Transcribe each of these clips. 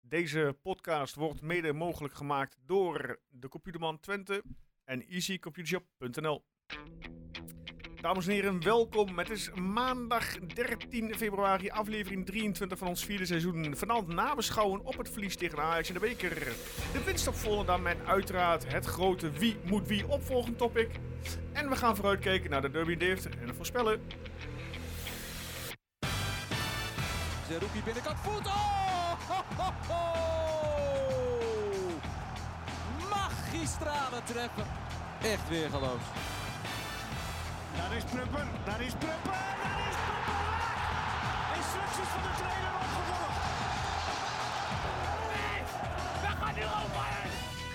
Deze podcast wordt mede mogelijk gemaakt door de Computerman Twente en easycomputershop.nl. Dames en heren, welkom. Het is maandag 13 februari, aflevering 23 van ons vierde seizoen. Vanavond nabeschouwen op het verlies tegen Ajax in de beker. De winst op Volendam en uiteraard het grote wie moet wie opvolgen topic. En we gaan vooruitkijken naar de derby in Deventer en voorspellen. Zerouki binnenkant voet. Oh! Ho, ho, ho! Magistrale treffer. Echt weer geloof. Daar is Prupper, daar is Prupper, daar is Prupper! Instructies van de trainer opgevolgd. We gaan nu over!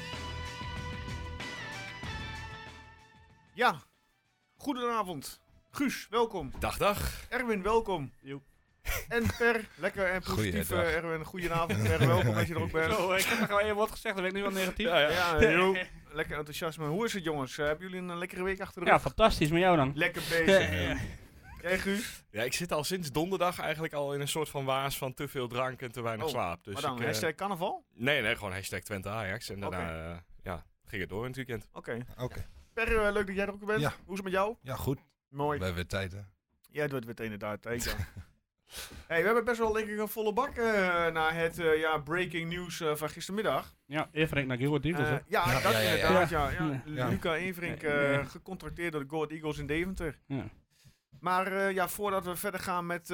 Ja, goedenavond. Guus, welkom. Dag. Erwin, welkom. En Per, lekker en positief. Erwin, goedenavond. Per, welkom als je er ook bent. Zo, ik heb nog wel even wat gezegd, dan ben ik nu wel negatief. Ja, lekker enthousiasme. Hoe is het, jongens? Hebben jullie een lekkere week achter de rug? Ja, fantastisch. Met jou dan? Lekker bezig. Jij, Guus? Ja, ik zit al sinds donderdag eigenlijk al in een soort van waas van te veel drank en te weinig slaap. Dus maar dan, hashtag carnaval? Nee, gewoon hashtag Twente Ajax. En daarna ging het door in het weekend. Oké. Per, leuk dat jij er ook bent. Ja. Hoe is het met jou? Ja, goed. Mooi. We hebben weer tijd, hè? Ja, het wordt weer inderdaad tijd, ja. Hey, we hebben best wel denk ik een volle bak naar het breaking news van gistermiddag. Ja, Everink naar Go Ahead Eagles, hè? Inderdaad, ja. Ja. Luca Everink gecontracteerd door de Go Ahead Eagles in Deventer. Ja. Maar voordat we verder gaan met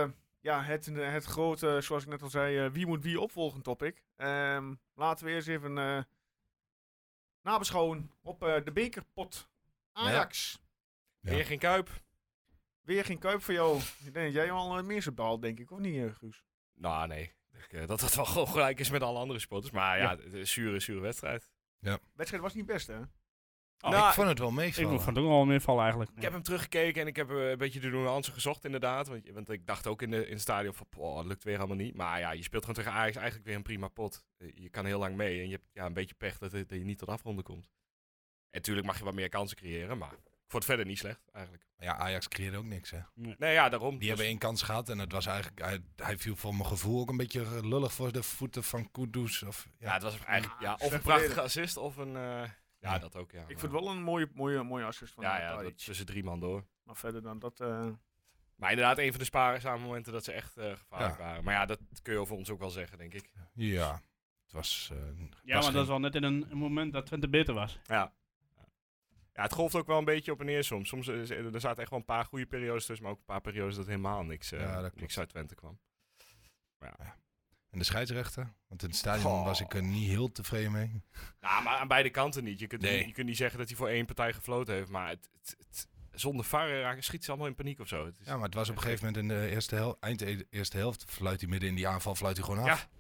het grote, zoals ik net al zei, wie moet wie opvolgen topic. Laten we eerst even nabeschouwen op de bekerpot. Ajax. Ja. Weer geen Kuip. Weer geen Kuip voor jou. Ik denk dat jij al meer hebt behaald, denk ik, of niet, Guus? Nou, nee. Ik denk dat dat wel gewoon gelijk is met alle andere sporters. Maar ja, het is een zure wedstrijd. De wedstrijd was niet best, hè? Nou, ik vond het wel meevallen. Ik vond het ook wel meevallen eigenlijk. Ik heb hem teruggekeken en ik heb een beetje de nuance gezocht inderdaad. Want ik dacht ook in het stadion van, het lukt weer helemaal niet. Maar ja, je speelt gewoon tegen Ajax eigenlijk weer een prima pot. Je kan heel lang mee en je hebt een beetje pech dat je niet tot afronden komt. En natuurlijk mag je wat meer kansen creëren, maar ik vond het verder niet slecht eigenlijk. Ja, Ajax creëerde ook niks, hè? Nee, ja, daarom. Die hebben één kans gehad en het was eigenlijk... Hij viel voor mijn gevoel ook een beetje lullig voor de voeten van Kudus. Ja, het was eigenlijk of een prachtige assist of een... dat ook, ja. Ik vind het wel een mooie assist van dat tussen 3 man door. Maar verder dan dat... Maar inderdaad, een van de spaarzaam momenten dat ze echt gevaarlijk waren. Maar ja, dat kun je over ons ook wel zeggen, denk ik. Ja, het was... maar dat is wel net in een moment dat Twente beter was. Ja. Ja, het golft ook wel een beetje op en neer soms. Er zaten echt wel een paar goede periodes tussen, maar ook een paar periodes dat helemaal niks uit Twente kwam. Maar ja. En de scheidsrechter? Want in het stadion was ik er niet heel tevreden mee. Nou, maar aan beide kanten niet. Je kunt niet zeggen dat hij voor één partij gefloten heeft, maar zonder VAR schiet ze allemaal in paniek of zo. Ja, maar het was op een gegeven moment in de eerste helft fluit hij midden in die aanval fluit hij gewoon af.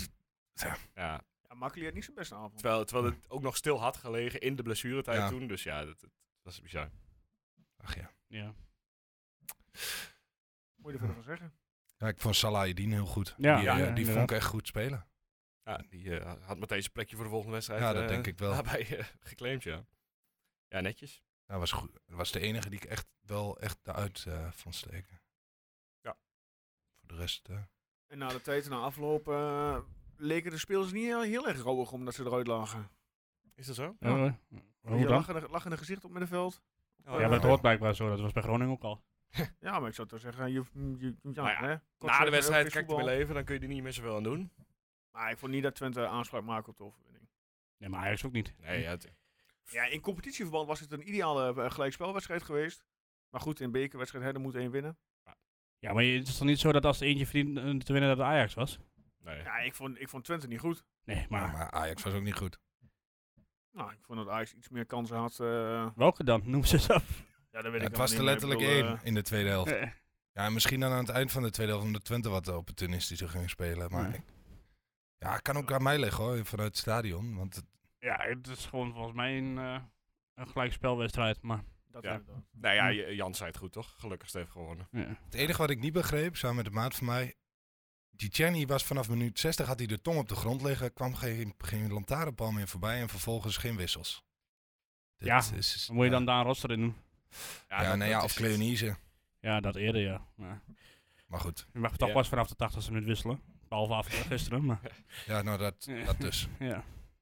Ja. Makkeli had niet zijn beste avond. Terwijl het ook nog stil had gelegen in de blessuretijd toen. Dus ja, dat was bizar. Ach ja. Ja. Moet je er verder van zeggen? Ja, ik vond Salahedin heel goed. Ja, die vond ik echt goed spelen. Ja, die had meteen zijn plekje voor de volgende wedstrijd. Ja, dat denk ik wel. Daarbij geclaimd, ja. Ja, netjes. Dat was goed. Dat was de enige die ik echt eruit vond steken. Ja. Voor de rest... En na de tijd, na afloop, leken de spelers niet heel erg rauwig omdat ze eruit lagen. Is dat zo? Hoe Je dan? lachende gezicht op middenveld. Ja, dat hoort blijkbaar zo. Dat was bij Groningen ook al. Ja, maar ik zou toch zeggen, na de wedstrijd kijkt hij mijn leven, dan kun je er niet meer zoveel aan doen. Maar ik vond niet dat Twente aanspraak maakte op de overwinning. Nee, maar Ajax ook niet. Nee, ja, in competitieverband was het een ideale gelijkspelwedstrijd geweest. Maar goed, in bekerwedstrijd moet 1 winnen. Ja, maar het is toch niet zo dat als eentje verdient te winnen dat het Ajax was? Nee. Ja, ik vond Twente niet goed. Nee, maar Ajax was ook niet goed. Nou, ik vond dat Ajax iets meer kansen had. Welke dan? Noem ze eens af. Ja, dat weet ik het was er letterlijk 1 in de tweede helft. Nee. Ja, misschien dan aan het eind van de tweede helft omdat Twente wat opportunistischer ging spelen. Maar het kan ook aan mij liggen hoor, vanuit het stadion. Want het is gewoon volgens mij een gelijkspelwedstrijd. Maar Jan zei het goed toch? Gelukkig heeft gewonnen. Ja. Het enige wat ik niet begreep, samen met de maat van mij... Die Tjerni was vanaf minuut 60, had hij de tong op de grond liggen. Kwam geen lantaarnpaal meer voorbij en vervolgens geen wissels. Wat moet je dan daar een roster in doen? Of Cleonise. Ja, dat eerder, ja. Maar goed. Je mag toch pas vanaf de 80ste minuut wisselen. Behalve af gisteren, maar Ja, nou dat dus. ja.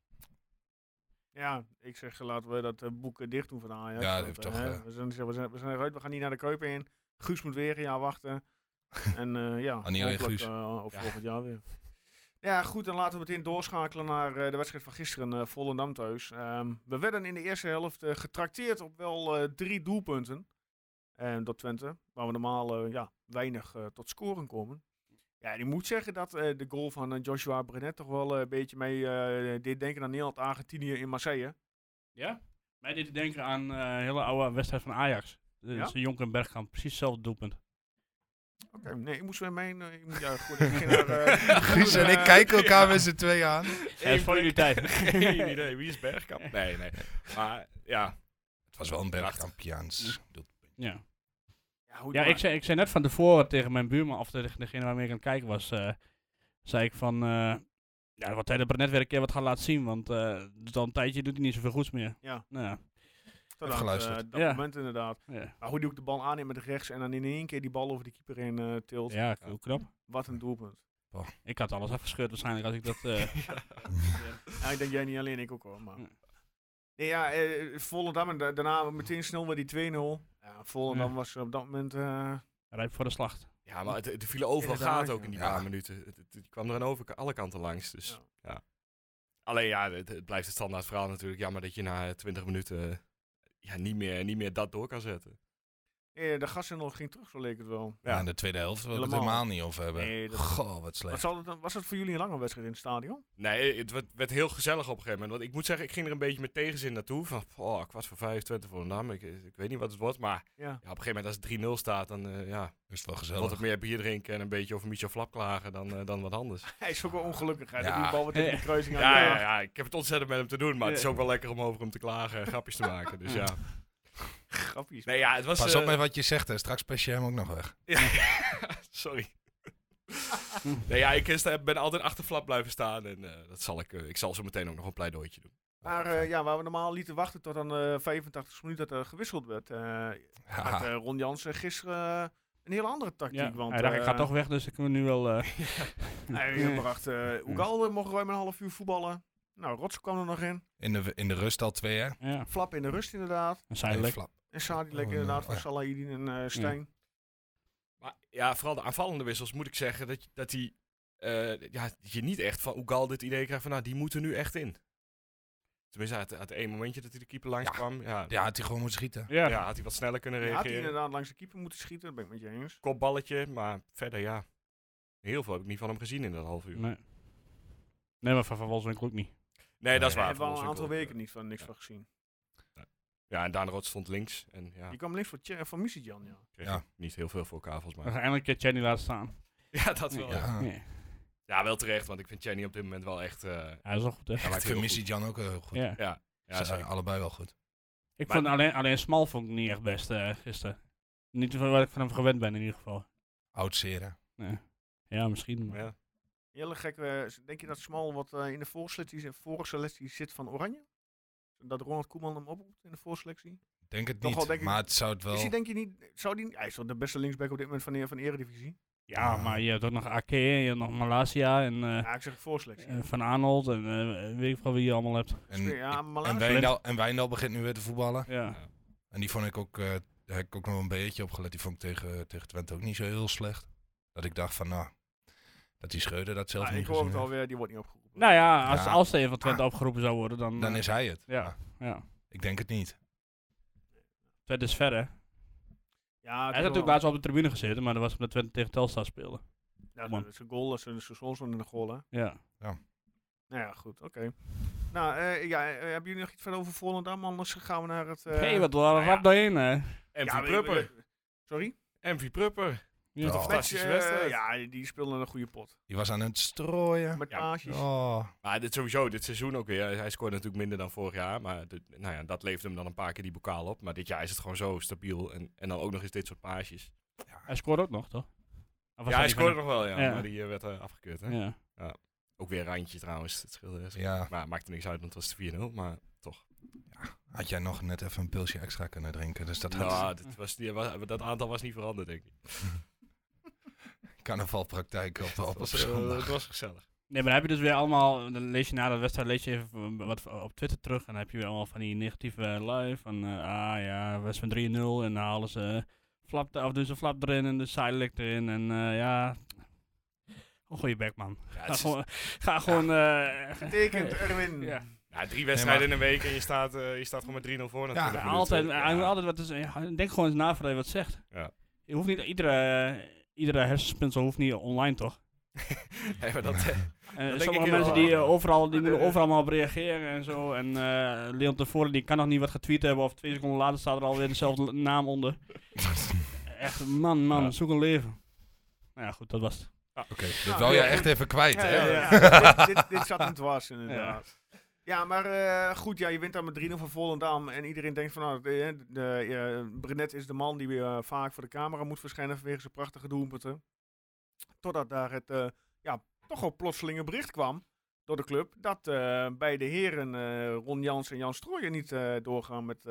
Ja, ik zeg laten we dat boek dicht doen van Ajax. Ja, dat want, heeft toch, we zijn eruit, we gaan niet naar de Kuip in. Guus moet weer een jaar wachten. En ja, niet alleen hopelijk, Guus. of volgend jaar weer. Ja, goed, dan laten we meteen doorschakelen naar de wedstrijd van gisteren, Volendam thuis. We werden in de eerste helft getrakteerd op wel 3 doelpunten door Twente, waar we normaal weinig tot scoren komen. Ja, en ik moet zeggen dat de goal van Joshua Brenet toch wel een beetje mee deed denken aan Nederland-Argentinië in Marseille. Ja? Mij deed het denken aan een hele oude wedstrijd van Ajax. Ja? Dus Jonk en Bergkamp, precies hetzelfde doelpunt. Oké, nee, ik moest weer mee. Ik moet goed. Ik ging naar, Guus en ik kijken elkaar met z'n twee aan. Ja, is voor jullie tijd. Geen idee. Wie is Bergkamp? Nee. Maar ja. Het was wel een Bergkampiaans. Ja. hoe Ja, ik zei net van tevoren tegen mijn buurman, of tegen degene waarmee ik aan het kijken was, zei ik van, ja, wat tijd dat Brenet weer een keer wat gaan laten zien, want dus al een tijdje doet hij niet zoveel goeds meer. Ja. Nou, ja. Totdat, geluisterd. dat Ja. moment inderdaad. Ja. Maar hoe die ook de bal aanneemt met rechts en dan in één keer die bal over de keeper heen tilt. Ja, heel knap. Wat een doelpunt. Ik had alles afgescheurd waarschijnlijk als ik dat... Ja, ik denk jij niet alleen, ik ook hoor. Maar. Ja. Nee, ja, Volendam en daarna meteen snel weer die 2-0. Ja, Volendam was op dat moment... rijp voor de slacht. Ja, maar er vielen overal Inderdaad, gaten ook in die ja. paar minuten. Het kwam er aan alle kanten langs. Dus Ja. ja. Alleen ja, het blijft het standaard verhaal natuurlijk. Jammer dat je na 20 minuten niet meer dat door kan zetten. de gasten nog ging terug, zo leek het wel. Ja, in de tweede helft wil ik het Helemaal. helemaal niet over hebben. Nee, dat- Goh, wat slecht. Was het voor jullie een lange wedstrijd in het stadion? Nee, het werd heel gezellig op een gegeven moment. Want ik moet zeggen, ik ging er een beetje met tegenzin naartoe. Van, 4:45 Twente Volendam. Ik weet niet wat het wordt. Maar Ja. ja, op een gegeven moment als het 3-0 staat, dan Is het wel wordt gezellig. het meer bier drinken en een beetje over Michel Flap klagen dan wat anders. Hij is ook wel ongelukkig. Hè? Ja. Die bal wordt in de kruising aan Ja, ik heb het ontzettend met hem te doen. Maar het is ook wel lekker om over hem te klagen en grapjes te maken. Dus ja. Grapjes. Nee, ja, het was... Pas op met wat je zegt, hè. Straks pest je hem ook nog weg. Ja, sorry. Nee, ja, ik ben altijd achter Flap blijven staan. En dat zal ik zal zo meteen ook nog een pleidooitje doen. Maar waar we normaal lieten wachten tot aan de 85 minuten dat er gewisseld werd. Had Ron Jansen gisteren een hele andere tactiek. Ja, Want, hij dacht, ik ga toch weg, dus ik moet nu wel... Hij bracht Ugalde, mogen wij met een half uur voetballen. Nou, Rots kwam er nog in. In de rust al 2, hè? Ja, Flap in de rust inderdaad. en Sadilek. Flap. En Sadilek Oh, inderdaad ja. van Salahidin en Stijn. Maar ja, vooral de aanvallende wissels moet ik zeggen dat je niet echt van Ugalde het idee krijgt van nou, die moeten nu echt in. Tenminste, uit één momentje dat hij de keeper langs kwam. Ja, Ja, had hij gewoon moeten schieten. Ja. had hij wat sneller kunnen Had hij reageren. inderdaad langs de keeper moeten schieten, dat ben ik met je eens. Kopballetje, maar verder ja. Heel veel heb ik niet van hem gezien in dat half uur. Nee, maar van Wolfswinkel ook niet. Nee, dat is We waar. hebben al een Volgens aantal mij weken niet van niks van gezien. Ja, en Daan Rood stond links. En ja, Die kwam links van Missidjan, ja. kreeg Ja. niet heel veel voor elkaar volgens We mij. gaan eindelijk een keer Chenny laten staan. Ja, dat wel. Ja. Ja. Ja, wel terecht, want ik vind Chenny op dit moment wel echt... Hij is wel goed, hè? hij maakt Ik vind heel Missy goed. Jan ook heel goed. Ja. Ja, Ze zijn zeker. allebei wel goed. Ik Maar- vond alleen Smal vond ik niet echt best gisteren. Niet van wat ik van hem gewend ben in ieder geval. Oud Seren. Nee. Ja, misschien. Maar. Ja. Heel gek, denk je dat Smal wat in de voorselectie zit van Oranje? Dat Ronald Koeman hem oproept in de voorselectie? Denk het Toch niet, wel, denk ik- maar het zou het wel... Is hij denk je niet, hij is wel de beste linksback op dit moment van de Eredivisie. Ja, maar je hebt ook nog Ake, je hebt nog Malasia en Ja, ik zeg voorselectie. Van Arnold en weet ik veel wie je allemaal hebt. Ja, En Wijndal begint nu weer te voetballen. Ja. En die vond ik ook, daar heb ik ook nog een beetje opgelet. Die vond ik tegen Twente ook niet zo heel slecht. Dat ik dacht van, nou, dat die Schreuder dat zelf ik niet hoor gezien het heeft. alweer, die wordt niet opgeroepen. Nou ja, Ja. als er een van Twente opgeroepen zou worden, dan... Dan is hij het. Ja, ja. Ik denk het niet. Twente is ver, hè? Ja, Hij is natuurlijk laatst wel op de tribune gezeten, maar dat was omdat Twente tegen Telstar speelde. Ja, dat is een goal, dat is een sols in de goal, hè. Ja. Nou ja, goed, oké. Nou, hebben jullie nog iets verder over Volendam? Anders gaan we naar het... Hé, wat rap doorheen, hè? MV Prupper. Sorry? MV Prupper. Ja. Oh. Fantastische Match, wedstrijd. ja, die speelde een goede pot. Die was aan het strooien. Met Ja. paasjes. Oh. Maar dit seizoen ook weer. Hij scoorde natuurlijk minder dan vorig jaar. Maar dat levert hem dan een paar keer die bokaal op. Maar dit jaar is het gewoon zo stabiel. En dan ook nog eens dit soort paasjes. Hij scoorde ook nog, toch? Of was Ja, hij die scoorde van nog wel, ja. Ja. Maar die werd afgekeurd, hè. hem? Ja. Ook weer een randje trouwens. Het scheelde. Ja, Maar maakte niks uit, want het was 4-0. Maar toch. had jij nog net even een pilsje extra kunnen drinken. Dus dat had... Dat aantal was niet veranderd, denk ik. carnavalpraktijk op Het was, zondag. het was gezellig. Nee, maar dan heb je dus weer allemaal, dan lees je na de wedstrijd even wat op Twitter terug. En dan heb je weer allemaal van die negatieve live. Van, was van 3-0 en dan halen ze doen ze flap erin en de sidelik erin. En ja, een goede bek, man. Ja, het Ga gewoon... Getekend, Erwin. ja. Ja, 3 wedstrijden in een week en je staat gewoon met 3-0 voor natuurlijk. Ja, Altijd wat is, denk gewoon eens na voordat je wat zegt. Ja. Je hoeft niet, iedere hersenspinsel hoeft niet online, toch? Nee, maar dat... denk Sommige ik mensen wel. die moeten overal maar op reageren en zo. En Leon tevoren die kan nog niet wat getweet hebben of 2 seconden later staat er alweer dezelfde naam onder. Echt, man, Ja. zoek een leven. Nou ja, goed, dat was het. Oké, dit wou jij echt even kwijt, hè? Ja. Dit zat hem dwars, inderdaad. Ja, maar goed, ja, je wint dan met 3-0 van Volendam. En iedereen denkt van, nou, Brenet is de man die weer vaak voor de camera moet verschijnen vanwege zijn prachtige doelpunten. Totdat daar het, toch wel plotselinge bericht kwam door de club. Dat bij de heren Ron Jans en Jan Strooijer niet doorgaan met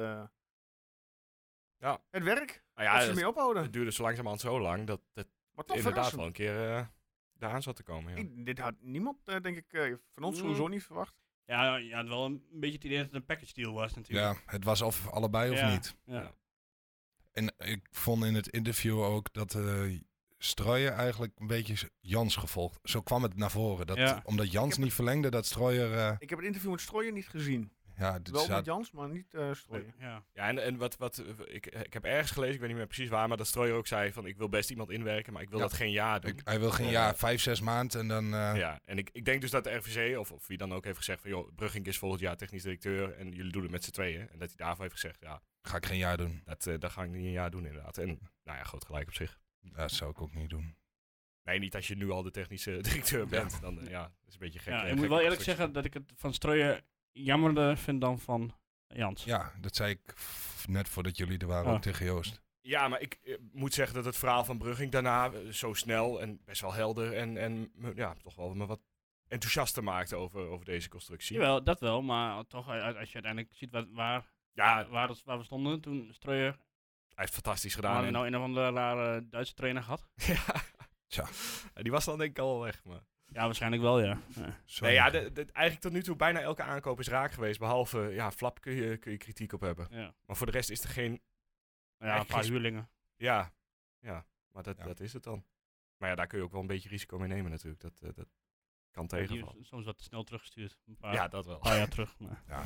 het werk. Nou Als ja, ze ermee ophouden. het duurde zo langzamerhand zo lang dat het Maar toch inderdaad verrassend. wel een keer eraan zat te komen. Ja. Dit had niemand, denk ik, van ons sowieso niet verwacht. Ja, je had wel een beetje het idee dat het een package deal was natuurlijk. Ja, het was of allebei of Ja. niet. Ja. En ik vond in het interview ook dat Strooijer eigenlijk een beetje Jans gevolgd. Zo kwam het naar voren. Dat, Ja. Omdat Jans niet verlengde, dat Strooijer... Ik heb het interview met Strooijer niet gezien. dit Wel zat- met Jans, maar niet Strooijer. Ja. Ja, en ik heb ergens gelezen, ik weet niet meer precies waar, maar dat Strooijer ook zei van ik wil best iemand inwerken, maar ik wil Ja. dat geen jaar doen. hij wil geen jaar, 5-6 maanden en dan... Ja, en ik denk dus dat de RVC, of wie dan ook heeft gezegd van joh, Brugging is volgend jaar technisch directeur en jullie doen het met z'n tweeën. En dat hij daarvoor heeft gezegd, ja, Ga ik geen jaar doen. dat ga ik niet een jaar doen inderdaad. En nou ja, groot gelijk op zich. Dat zou ik ook niet doen. Nee, niet als je nu al de technische directeur bent. Dan ja, dat is een beetje gek. Ja, ik gekke moet wel eerlijk constructie. zeggen dat ik het van Strooijer jammerder vind dan van Jans. Ja, dat zei ik net voordat jullie er waren, Oh. ook tegen Joost. Ja, maar ik moet zeggen dat het verhaal van Brugging daarna zo snel en best wel helder en ja, toch wel me wat enthousiaster maakte over deze constructie. Jawel, dat wel, maar toch als je uiteindelijk ziet waar we stonden toen Strooijer... Hij heeft fantastisch Hadden gedaan. we nou een of andere rare Duitse trainer gehad? Ja. Tja. Ja, die was dan denk ik al weg. Maar... Ja, waarschijnlijk wel, ja. Sorry. Nee, ja, eigenlijk tot nu toe bijna elke aankoop is raak geweest. Behalve, ja, Flap kun je kritiek op hebben. Ja, Maar voor de rest is er geen... ja een paar geen- huurlingen. Ja, maar Ja. dat is het dan. Maar ja, daar kun je ook wel een beetje risico mee nemen natuurlijk. Dat kan tegenvallen. Die soms wat te snel teruggestuurd. Een paar, Ja, dat wel. paar jaar terug. Maar. Ja.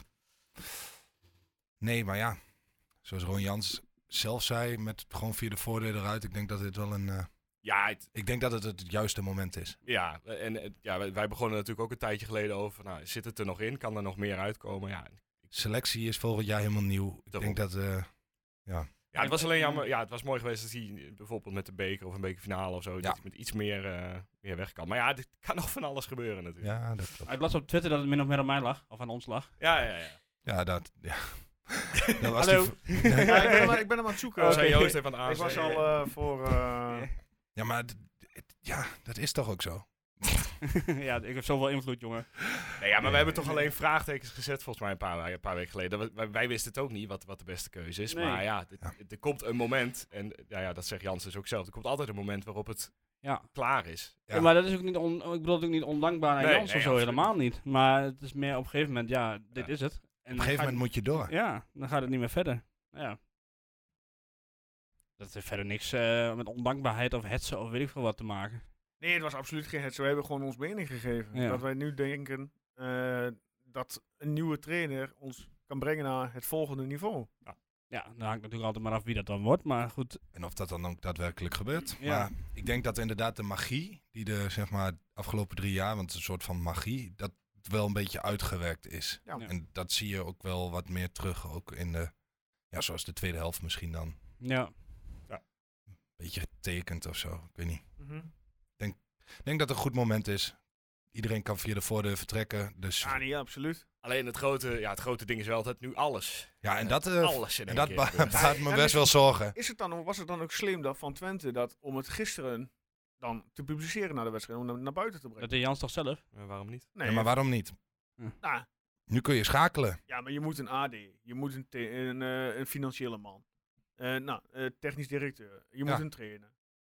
Nee, maar ja. Zoals Ron Jans zelf zei, met gewoon via de voordeur eruit. Ik denk dat dit wel een... Ja, ik denk dat het juiste moment is. ja, en wij begonnen natuurlijk ook een tijdje geleden over, nou, zit het er nog in? Kan er nog meer uitkomen? Ja, Selectie is volgend jaar helemaal nieuw. Ik Daarom. denk dat... ja het was alleen jammer. Ja, het was mooi geweest dat hij bijvoorbeeld met de beker of een bekerfinale of zo, dat hij met iets meer weg kan. Maar ja, dit kan nog van alles gebeuren natuurlijk. Ja, dat klopt. Ik las op Twitter dat het min of meer aan mij lag. Of aan ons lag. Ja. Ja, dat... Ja. Dat was Hallo. Ja, ik ben hem aan het zoeken. We zijn Joost even aan het Ik was aanzetten. al voor... Ja, maar dat is toch ook zo? Ja, ik heb zoveel invloed, jongen. Nee, ja, maar we hebben toch alleen vraagtekens gezet volgens mij een paar weken geleden. Wij wisten het ook niet wat de beste keuze is. Nee. Maar ja, er komt een moment, en ja, dat zegt Jans dus ook zelf. Er komt altijd een moment waarop het Ja. klaar is. Ja. Ja, maar dat is ook niet ik bedoel het ook niet ondankbaar aan Nee, Jans nee, of zo, absoluut helemaal niet. Maar het is meer op een gegeven moment, ja, dit Ja. is het. En Op een gegeven moment moet je door. Ja, dan gaat het niet meer verder. Ja. Dat heeft verder niks met ondankbaarheid of hetsen of weet ik veel wat te maken. Nee, het was absoluut geen hetze. We hebben gewoon ons mening gegeven. Ja. Dat wij nu denken dat een nieuwe trainer ons kan brengen naar het volgende niveau. Ja, dan hangt natuurlijk altijd maar af wie dat dan wordt, maar goed. En of dat dan ook daadwerkelijk gebeurt. Ja. Maar ik denk dat inderdaad de magie, die de zeg maar afgelopen 3 jaar, want het is een soort van magie, dat het wel een beetje uitgewerkt is. Ja. Ja. En dat zie je ook wel wat meer terug, ook in de, ja, zoals de tweede helft misschien dan. Ja. Een beetje getekend of zo, ik weet niet. Mhm. Ik denk dat het een goed moment is. Iedereen kan via de voordeur vertrekken. Dus Ja, nee, absoluut. Alleen het grote ding is wel dat nu alles. ja, en dat, Alles in en één dat keer gebeurt. baart me En best wel zorgen. Was het dan ook slim dat van Twente dat om het gisteren dan te publiceren na de wedstrijd, om hem naar buiten te brengen? Dat deed Jans toch zelf? Waarom niet? Nee, Ja, maar waarom niet? nou, Nu kun je schakelen. ja, maar je moet een AD, je moet een financiële man, technisch directeur, je Ja. moet een trainer.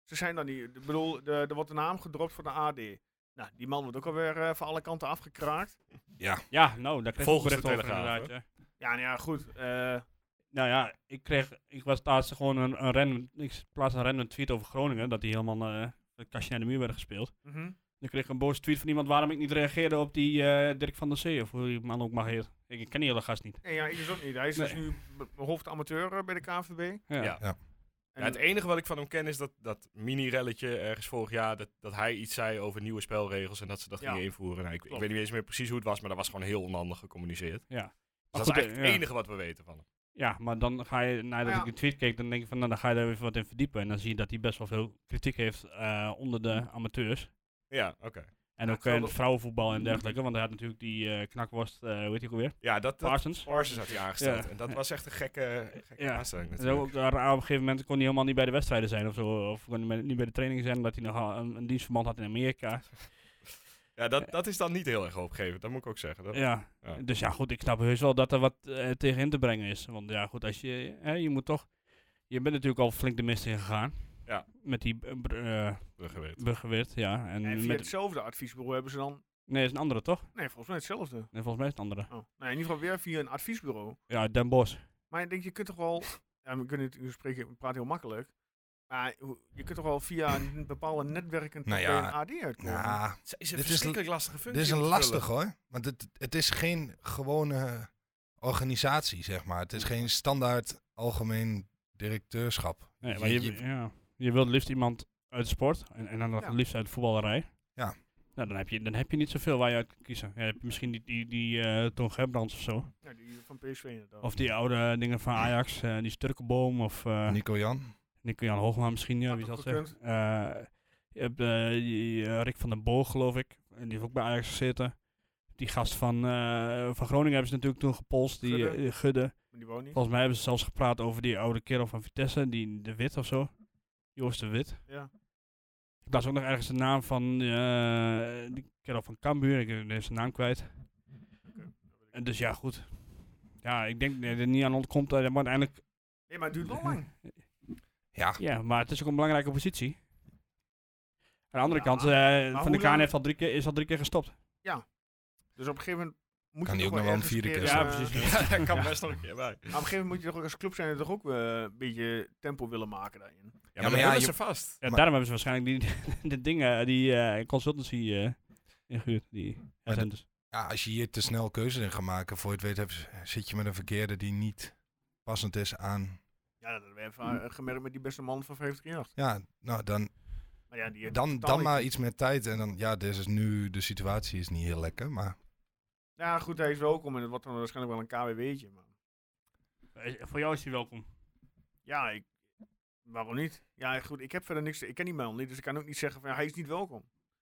Ze zijn dan niet... Ik bedoel, er wordt een naam gedropt voor de AD. Nou, die man wordt ook alweer van alle kanten afgekraakt. Ja, nou, daar kreeg ik ook Volgens de bericht over Telegraaf, inderdaad. Ja. Ja, nou ja, goed. Nou ja, ik was laatst gewoon een random, ik plaatste een random tweet over Groningen, dat die helemaal het kastje naar de muur werden gespeeld. Mhm. Dan kreeg ik een boze tweet van iemand waarom ik niet reageerde op die Dirk van der Zee, of hoe die man ook mag heet. Ik ken die hele gast niet. Nee, ja, ik dus ook niet. Hij is dus nu hoofdamateur bij de KNVB. Ja. En Ja, het enige wat ik van hem ken is dat mini-relletje ergens vorig jaar, dat hij iets zei over nieuwe spelregels en dat ze dat Ja. gingen invoeren. Nou, ik Klopt. weet niet eens meer precies hoe het was, maar dat was gewoon heel onhandig gecommuniceerd. Ja. Dus Maar dat is goed, eigenlijk het enige wat we weten van hem. Ja, maar dan ga je, nadat Ja. ik die tweet keek, dan denk je van, nou, dan ga je daar even wat in verdiepen. En dan zie je dat hij best wel veel kritiek heeft onder de amateurs. Ja, oké. En Ja, ook ik geloof in het vrouwenvoetbal en dergelijke. Want hij had natuurlijk die knakworst, hoe heet die ook alweer? Ja, dat Parsons. Parsons had hij aangesteld. Ja. En dat was echt een gekke Ja. aanstelling En natuurlijk. ook, op een gegeven moment kon hij helemaal niet bij de wedstrijden zijn of zo. Of kon hij niet bij de trainingen zijn, omdat hij nog een dienstverband had in Amerika. Ja, dat is dan niet heel erg hoopgevend, dat moet ik ook zeggen. Dat, Ja. Ja. Dus ja, goed, ik snap heus wel dat er wat tegen in te brengen is. Want ja, goed, als je moet toch... Je bent natuurlijk al flink de mist in gegaan. Ja. Met die Brugge weet. Burgerweert, ja. En via met, hetzelfde adviesbureau hebben ze dan... nee, is een andere toch? Nee, volgens mij hetzelfde. Nee, volgens mij is het een andere. Oh. Nee, in ieder geval weer via een adviesbureau. Ja, Den Bosch. Maar ik denk, je kunt toch wel... Ja, we kunnen het we praten heel makkelijk. Maar je kunt toch wel via een bepaalde netwerken Nou toch ja, bij een AD uitkomen? Nou, Het is een Dit is verschrikkelijk lastige functie. dit is om een te lastig vullen. hoor. Want het is geen gewone organisatie, zeg maar. Het is geen standaard algemeen directeurschap. Nee, maar je wilt liefst iemand uit de sport. En dan nog Ja. liefst uit de voetballerij. Ja. Nou, dan heb je niet zoveel waar je uit kunt kiezen. Ja, heb je misschien die Toon Gerbrands of zo. Ja, die van PSV inderdaad. Of die oude dingen van Ajax. Die Sturkenboom of... Nico-Jan. Nico-Jan Hoogman misschien, ja, Had wie zal ook het zeggen. gekund. Je hebt Rick van den Boog, geloof ik. En die heeft ook bij Ajax gezeten. Die gast van Groningen hebben ze natuurlijk toen gepolst. Die Gudde. Gudde. Maar die wou niet. Volgens mij hebben ze zelfs gepraat over die oude kerel van Vitesse. Die de Wit of zo. Joost de Wit. Ja. Ik las ook nog ergens de naam van die kerel van Cambuur. Ik ben zijn naam kwijt. En dus ja, goed. Ja, ik denk dat er niet aan ontkomt. Maar uiteindelijk... Nee, maar het duurt wel lang. Ja. Ja, maar het is ook een belangrijke positie. Aan de andere Ja, kant, maar Van de hoe lang- Kaan is al drie keer gestopt. Dus op een gegeven moment moet Kan je die toch ook nog wel een ergens vierde keer keer, stoppen? Ja, precies. Ja, dat kan best nog een keer bij. Maar op een gegeven moment moet je toch ook als club zijn toch ook een beetje tempo willen maken daarin. Ja, maar maar ja, ja, je- ze vast. Ja, Maar- daarom hebben ze waarschijnlijk die dingen, die consultancy ingehuurd. Die Maar headhunters. Ja, als je hier te snel keuzes in gaat maken, voor je het weet zit je met een verkeerde die niet passend is aan... Ja, dat hebben we even gemerkt met die beste man van 538. Ja, nou dan, Maar ja, die heeft dan totaal maar niet- iets meer tijd. En dan, ja, dit is nu, de situatie is niet heel lekker, maar... Ja, goed, hij is welkom en het wordt dan waarschijnlijk wel een KWW'tje. Maar Voor jou is hij welkom. ja, waarom niet? Ja, goed, ik heb verder niks. Ik ken die man niet, dus ik kan ook niet zeggen van ja, hij is niet welkom.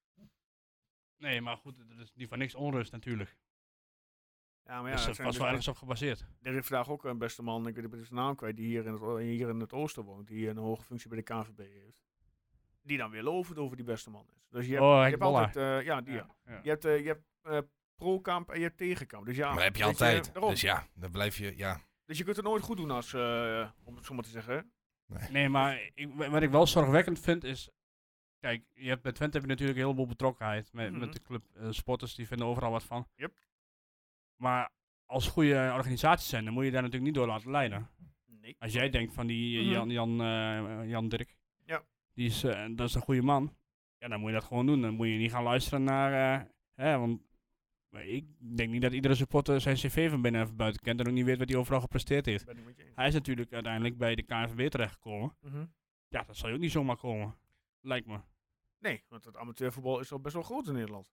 Nee, maar goed, dat is niet van niks onrust natuurlijk. Ja, maar ja, Dus het dat zijn was wel dus- ergens op gebaseerd. er is vandaag ook een beste man, ik weet niet zijn naam kwijt, die hier in het oosten woont, die een hoge functie bij de KNVB heeft. Die dan weer lovend over die beste man is. Dus je hebt, Oh, je Henk hebt Bollaar. altijd, ja, die. Ja. Je hebt pro-kamp en je hebt tegenkamp. Dus ja, maar dat heb je weet altijd. daarom. Dus ja, dan blijf je, ja... Dus je kunt het nooit goed doen als, om het zo maar te zeggen. Nee, maar wat ik wel zorgwekkend vind is... Kijk, bij Twente heb je natuurlijk een heleboel betrokkenheid met Mhm. de club. Sporters die vinden overal wat van. Yep. Maar als goede organisaties zijn, dan moet je daar natuurlijk niet door laten leiden. Nee. Als jij denkt van die Jan Dirk, Ja. die is, dat is een goede man. Ja, dan moet je dat gewoon doen. Dan moet je niet gaan luisteren naar... want ik denk niet dat iedere supporter zijn cv van binnen en van buiten kent en ook niet weet wat hij overal gepresteerd heeft. Ben ik met je eens. Hij is natuurlijk uiteindelijk bij de KNVB terechtgekomen. Mhm. Ja, dat zal je ook niet zomaar komen. Lijkt me. Nee, want het amateurvoetbal is al best wel groot in Nederland.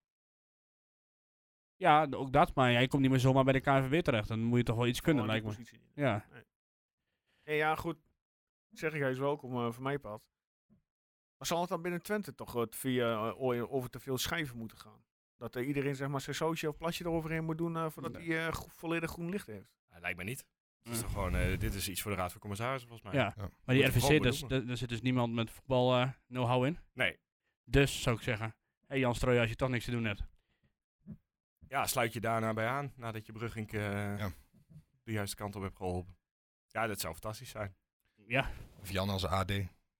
Ja, ook dat. Maar jij komt niet meer zomaar bij de KNVB terecht. Dan moet je toch wel iets kunnen, Gewoon lijkt die me. positie niet. Ja. Nee, ja, goed. Zeg ik, hij is welkom voor mij pad. Maar zal het dan binnen Twente toch via over te veel schijven moeten gaan? Dat iedereen zeg maar zijn sausje of plasje eroverheen moet doen voordat hij volledig groen licht heeft. Lijkt me niet. Het is toch gewoon, dit is iets voor de Raad van Commissarissen volgens mij. Ja. Ja. Maar die Moet je RVC, gewoon daar benoemen. zit dus niemand met voetbal know-how in. Nee. Dus zou ik zeggen, hey Jan Strooijen, als je toch niks te doen hebt. Ja, sluit je daarna bij aan, nadat je Brugink de juiste kant op hebt geholpen. Ja, dat zou fantastisch zijn. Ja, Of Jan als AD.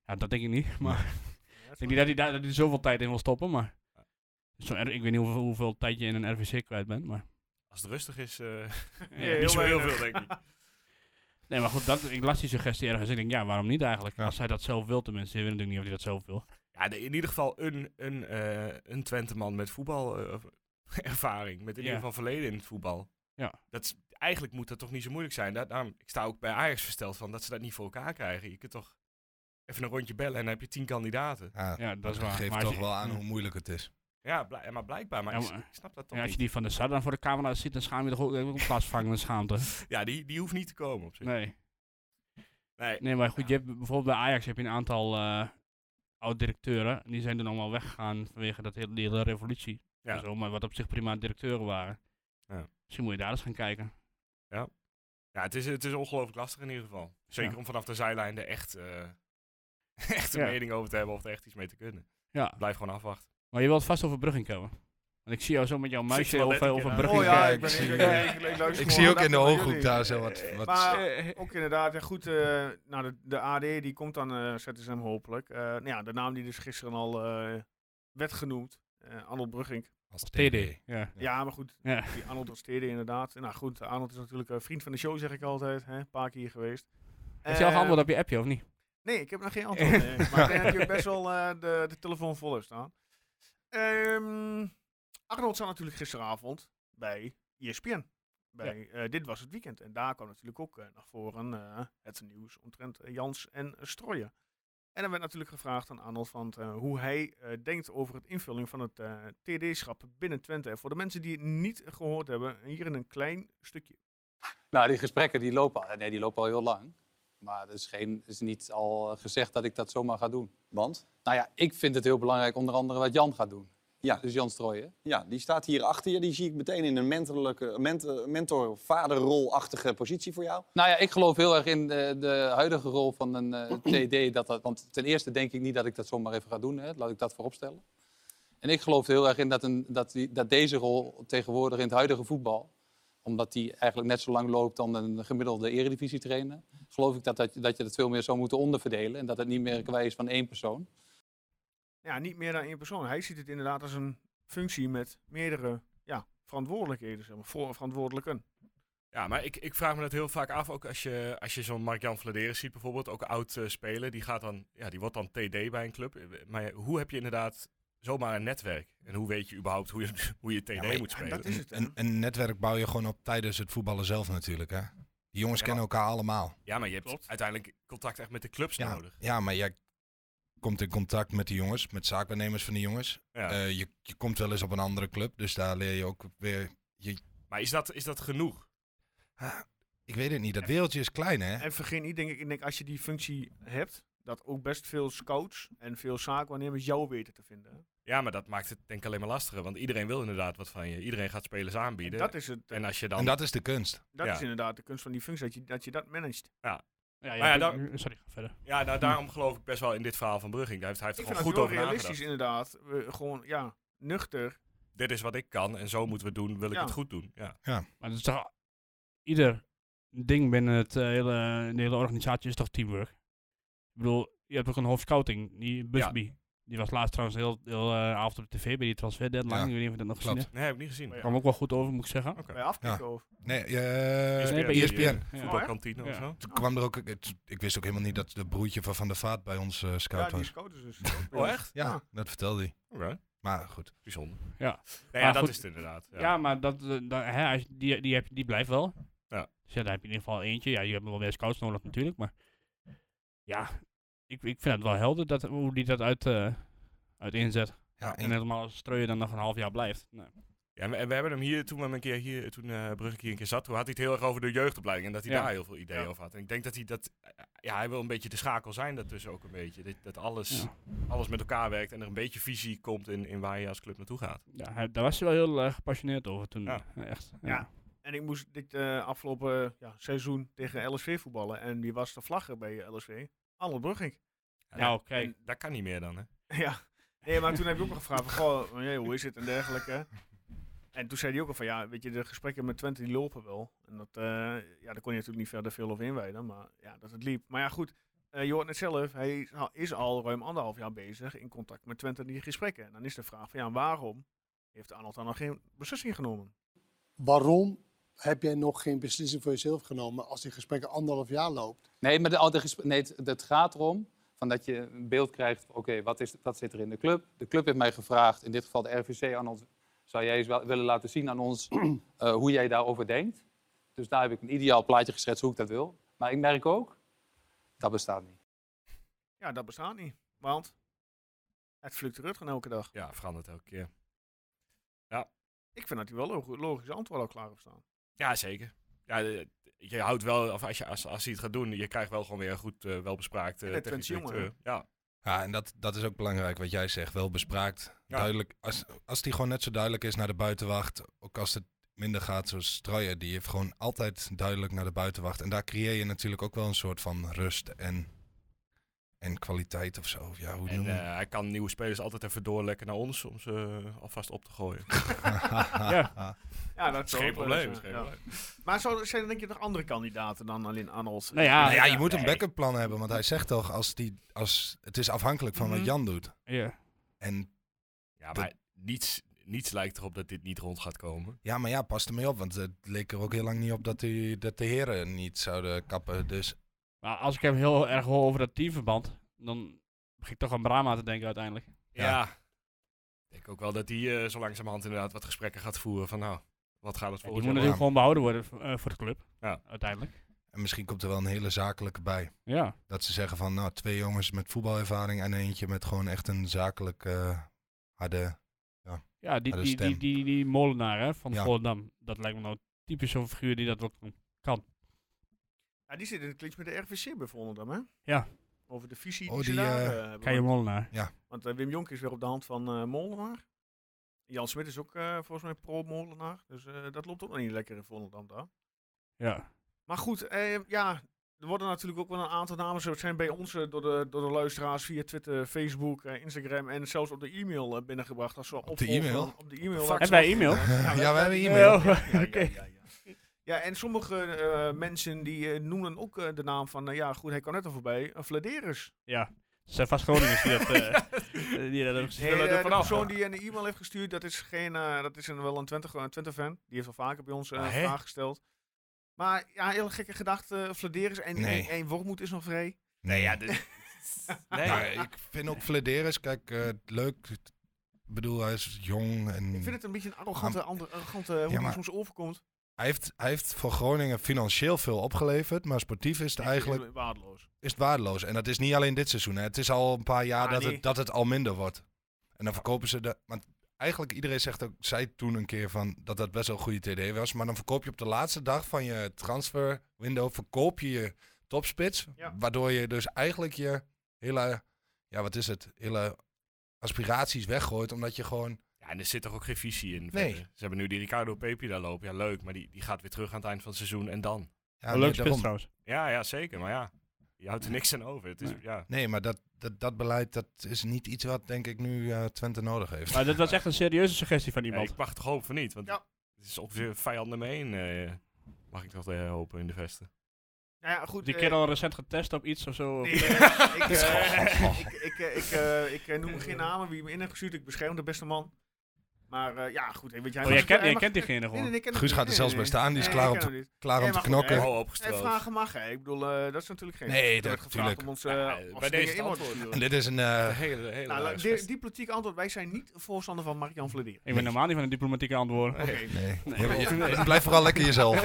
Ja, dat denk ik niet. Maar Ja, ik denk niet dat hij er zoveel tijd in wil stoppen. Maar ik weet niet hoeveel tijd je in een RVC kwijt bent. Maar Als het rustig is, heel niet zo heel weinig. veel, denk ik. nee, maar goed, ik las die suggestie ergens. Ik denk, ja, waarom niet eigenlijk? Ja. Als hij dat zelf wil tenminste. Je weet natuurlijk niet of hij dat zelf wil. Ja, in ieder geval een Twenteman met voetbalervaring. Met in ieder geval verleden in het voetbal. Ja. Eigenlijk moet dat toch niet zo moeilijk zijn. Daarom, ik sta ook bij Ajax versteld van dat ze dat niet voor elkaar krijgen. Je kunt toch even een rondje bellen en dan heb je 10 kandidaten. Ja, dat is waar. geeft Maar als toch je- wel aan hoe moeilijk het is. Ja, maar blijkbaar. Maar Ja, ik maar- snap dat toch Ja, als je niet. die van de Sar dan voor de camera ziet, dan schaam je toch ook een plaatsvangende schaamte. Ja, die hoeft niet te komen op zich. Nee. Nee. Nee, maar goed, je hebt, bijvoorbeeld bij Ajax heb je een aantal oud-directeuren. En die zijn toen allemaal weggegaan vanwege die hele revolutie. Ja. En zo, maar wat op zich prima directeuren waren. Ja. Misschien moet je daar eens gaan kijken. Ja, het is ongelooflijk lastig in ieder geval. Zeker Ja. om vanaf de zijlijn er echt een Ja. mening over te hebben of er echt iets mee te kunnen. Ja, Blijf gewoon afwachten. maar je wilt vast over Brugging hebben. Want ik zie jou zo met jouw Zit muisje je wel over letterlijk in Brugging Oh ja, kijken. ik ben ik luister Ik gewoon zie ook in de aandachtig naar ooghoek jullie. daar zo wat Maar ook inderdaad, ja, goed, nou, de AD die komt dan ZSM hopelijk. Nou ja, de naam die dus gisteren al werd genoemd, Arnold Brugging. als TD. Ja. Ja, maar goed, Ja. die Arnold was TD inderdaad. Nou goed, Arnold is natuurlijk vriend van de show, zeg ik altijd. Hè, een paar keer hier geweest. Heb je al geantwoord op je appje of niet? Nee, ik heb nog geen antwoord. Nee. Maar ik denk dat je best wel de telefoon vol heeft staan. Arnold zat natuurlijk gisteravond bij ESPN. Bij Dit Was Het Weekend. En daar kwam natuurlijk ook naar voren het nieuws omtrent Jans en Strooijen. En er werd natuurlijk gevraagd aan Arnold van hoe hij denkt over het invulling van het TD-schap binnen Twente. En voor de mensen die het niet gehoord hebben, hier in een klein stukje. Nou, die gesprekken die lopen al heel lang. Maar het is niet al gezegd dat ik dat zomaar ga doen. Want? Nou ja, ik vind het heel belangrijk onder andere wat Jan gaat doen. Ja. Dus Jan Strooijen. Ja, die staat hier achter je. Die zie ik meteen in een mentor-vaderrol-achtige positie voor jou. Nou ja, ik geloof heel erg in de huidige rol van een TD. Want ten eerste denk ik niet dat ik dat zomaar even ga doen. Hè. Laat ik dat vooropstellen. En ik geloof er heel erg in dat deze rol tegenwoordig in het huidige voetbal, omdat die eigenlijk net zo lang loopt dan een gemiddelde eredivisie-trainer, geloof ik dat je dat veel meer zou moeten onderverdelen. En dat het niet meer kwijt is van één persoon. Ja, niet meer dan één persoon. Hij ziet het inderdaad als een functie met meerdere verantwoordelijkheden, zeg maar, voor verantwoordelijken. Ja, maar ik vraag me dat heel vaak af. Ook als je zo'n Mark-Jan Vladeris ziet bijvoorbeeld, ook oud speler, die wordt dan TD bij een club. Maar hoe heb je inderdaad zomaar een netwerk? En hoe weet je überhaupt hoe je TD moet spelen? dat is het. hè. Een netwerk bouw je gewoon op tijdens het voetballen zelf natuurlijk. Hè? Die jongens kennen elkaar allemaal. Ja, maar je hebt Klopt. uiteindelijk contact echt met de clubs Ja, nodig. ja, maar jij komt in contact met de jongens, met zaakwaarnemers van de jongens. Ja. Je komt wel eens op een andere club, dus daar leer je ook weer... Maar is dat genoeg? Ik weet het niet, dat wereldje is klein, hè? En vergeet niet, ik denk als je die functie hebt, dat ook best veel scouts en veel zaakwaarnemers jou weten te vinden. hè. Ja, maar dat maakt het denk ik alleen maar lastiger. Want iedereen wil inderdaad wat van je. Iedereen gaat spelers En aanbieden. dat is het. En als je dan... En dat is de kunst. Dat ja. is inderdaad de kunst van die functie, dat je dat managt. Ja, Maar ja, sorry, ga verder. Ja, nou, daarom geloof ik best wel in dit verhaal van Brugging. Hij heeft er Ik gewoon vind goed dat over wel realistisch nagedacht. inderdaad. Gewoon, nuchter. Dit is wat ik kan en zo moeten we het doen, wil ik Ja. het goed doen. Ja. Maar het is toch ieder ding binnen de hele organisatie is toch teamwork. Ik bedoel, je hebt ook een hoofdscouting, die Busby. Die was laatst trouwens heel avond op de tv bij die transfer deadline. Ja, Ik weet niet of je dat nog gezien klopt. hebt. Nee, heb ik niet gezien. Maar ja. Kwam ook wel goed over, moet ik zeggen. Oké. Bij afkicken of... Nee, Nee, bij ESPN. Ja. Voetbalkantine of Ja. zo. Toen kwam er ook, ik wist ook helemaal niet dat de broertje van Van der Vaart bij ons scout Ja, die was. scout is dus. Oh, echt? Ja, Ja. dat vertelde hij. Oké. Maar goed. Bijzonder. Ja. Nee, Maar dat goed. is het inderdaad. Ja. Ja, maar die blijft wel. Ja. Dus ja, daar heb je in ieder geval eentje. Ja, je hebt wel meer scouts nodig natuurlijk, maar ja, ik vind het wel helder hoe die dat uit inzet. Ja, En helemaal als Strooijen dan nog een half jaar blijft. Nee. Ja, en we hebben hem hier, toen Brugging hier een keer zat, toen had hij het heel erg over de jeugdopleiding. En dat hij Ja. daar heel veel ideeën Ja. over had. En ik denk dat hij hij wil een beetje de schakel zijn daartussen ook een beetje. Dat alles met elkaar werkt en er een beetje visie komt in waar je als club naartoe gaat. Ja, daar was hij wel heel gepassioneerd over toen. Ja. Echt. Ja. En ik moest dit afgelopen seizoen tegen LSV voetballen. En wie was de vlagger bij LSV? Arnold Brugging. Nou, kijk. En dat kan niet meer dan, hè? Ja. Nee, maar toen heb je ook nog gevraagd van, goh, hoe is het en dergelijke. En toen zei hij ook al van, ja, weet je, de gesprekken met Twente die lopen wel. En dat, daar kon je natuurlijk niet verder veel over inwijden, maar ja, dat het liep. Maar ja, goed, je hoort net zelf, hij is al ruim 1,5 jaar bezig in contact met Twente in die gesprekken. En dan is de vraag van waarom heeft Arnold dan nog geen beslissing genomen? Waarom heb jij nog geen beslissing voor jezelf genomen als die gesprekken 1,5 jaar loopt? Nee, maar het gaat erom van dat je een beeld krijgt van oké, wat zit er in de club? De club heeft mij gevraagd, in dit geval de RVC, Arnold, zou jij eens willen laten zien aan ons hoe jij daarover denkt? Dus daar heb ik een ideaal plaatje geschetst hoe ik dat wil. Maar ik merk ook, dat bestaat niet. Ja, dat bestaat niet. Want het fluctueert gewoon elke dag. Ja, verandert elke keer. Ik vind dat hij wel een logisch antwoord al klaar op staan. Ja, zeker. Ja, je houdt wel, of als hij het gaat doen, je krijgt wel gewoon weer een goed, welbespraakt technisch directeur. Ja. Ja, en dat is ook belangrijk wat jij zegt. Wel bespraakt. Ja. Duidelijk. Als die gewoon net zo duidelijk is naar de buitenwacht. Ook als het minder gaat zoals Strooijer. Die heeft gewoon altijd duidelijk naar de buitenwacht. En daar creëer je natuurlijk ook wel een soort van rust en kwaliteit of zo. Ja, hoe En noem je het? hij kan nieuwe spelers altijd even doorlekken naar ons om ze alvast op te gooien. Ja, dat is geen probleem. Maar zijn er denk je nog andere kandidaten dan alleen Arnold? Nou ja, Nou ja, je moet een backup plan hebben. Want hij zegt toch, het is afhankelijk van wat Jan doet. Ja. En Ja, maar niets lijkt erop dat dit niet rond gaat komen. ja, maar ja, pas ermee op. Want het leek er ook heel lang niet op dat de heren niet zouden kappen. Dus Maar als ik hem heel erg hoor over dat teamverband, dan begin ik toch aan Brahma te denken uiteindelijk. Ja. Ik denk ook wel dat hij zo langzamerhand inderdaad wat gesprekken gaat voeren van wat gaat het Die volgend moet jaar natuurlijk gewoon behouden worden voor de club. Ja. Uiteindelijk. en misschien komt er wel een hele zakelijke bij. Ja. Dat ze zeggen van, 2 jongens met voetbalervaring en eentje met gewoon echt een zakelijk harde... Ja, de stem. die Molenaar hè, van Ja. Volendam. Dat lijkt me nou typisch zo'n figuur die dat ook kan. Ja, die zit in de clinch met de RVC bij Volendam, hè? Ja. Over de visie Oh, die ze die, daar hebben. Keijer Molenaar. Want Wim Jonk is weer op de hand van Molenaar. Jan Smit is ook volgens mij pro-Molenaar. Dus dat loopt ook nog niet lekker in Volendam daar. Ja. Maar goed, er worden natuurlijk ook wel een aantal namen. Zo zijn bij ons door de luisteraars via Twitter, Facebook, Instagram en zelfs op de e-mail binnengebracht. Als we Op de e-mail? Op de e-mail. Hebben wij e-mail? Ja, we hebben e-mail. Oké. Ja, en sommige mensen die noemen ook de naam van, goed, hij kan net al voorbij, Vladeris. Ja. Het zijn vast Groningers die dat ook Nee, de persoon die een e-mail heeft gestuurd, dat is wel een Twente-fan. Die heeft al vaker bij ons een vraag gesteld. Maar ja, heel gekke gedachte, Vladeris en Wormoed is nog vrij. Nee, ja, Nee. Nou, ik vind ook Vladeris, kijk, leuk. Ik bedoel, hij is jong en... Ik vind het een beetje een arrogante hoe die soms overkomt. Hij heeft voor Groningen financieel veel opgeleverd, maar sportief is het eigenlijk Waardeloos. is het waardeloos. En dat is niet alleen dit seizoen. Hè. Het is al een paar jaar dat het al minder wordt. En dan verkopen ze want eigenlijk iedereen zei toen een keer van dat dat best wel een goede TD was. Maar dan verkoop je op de laatste dag van je transfer window verkoop je topspits. Ja. Waardoor je dus eigenlijk je hele aspiraties weggooit. Omdat je gewoon... Ja, en er zit toch ook geen visie in. Nee. Ze hebben nu die Ricardo Pepi daar lopen. Ja, leuk. Maar die gaat weer terug aan het eind van het seizoen. En dan? Ja, Een leuk spits trouwens. Ja, zeker. Maar ja, je houdt er niks aan over. Het is, Nee, maar dat beleid dat is niet iets wat denk ik nu Twente nodig heeft. Maar dat was echt een serieuze suggestie van Ja, iemand. ik mag toch hopen van niet. Want Ja. het is ongeveer vijand nummer 1. Mag ik toch hopen in de vesten. Nou ja, goed. Die keer al recent getest op iets of zo. Nee, ik noem geen namen wie me in heeft gestuurd. Ik bescherm de beste man. Maar goed, weet je... Jij kent diegene gewoon. Guus gaat er zelfs bij staan, die is klaar om te knokken. Vragen mag, hè. Ik bedoel, dat is natuurlijk geen... Nee, Er werd dat gevraagd tuurlijk. om ons bij deze antwoord. En dit is een... Hele diplomatiek antwoord. Wij zijn niet voorstander van Mark-Jan Vladeris. Ik ben normaal niet van een diplomatieke antwoorden. Nee. Blijf vooral lekker jezelf.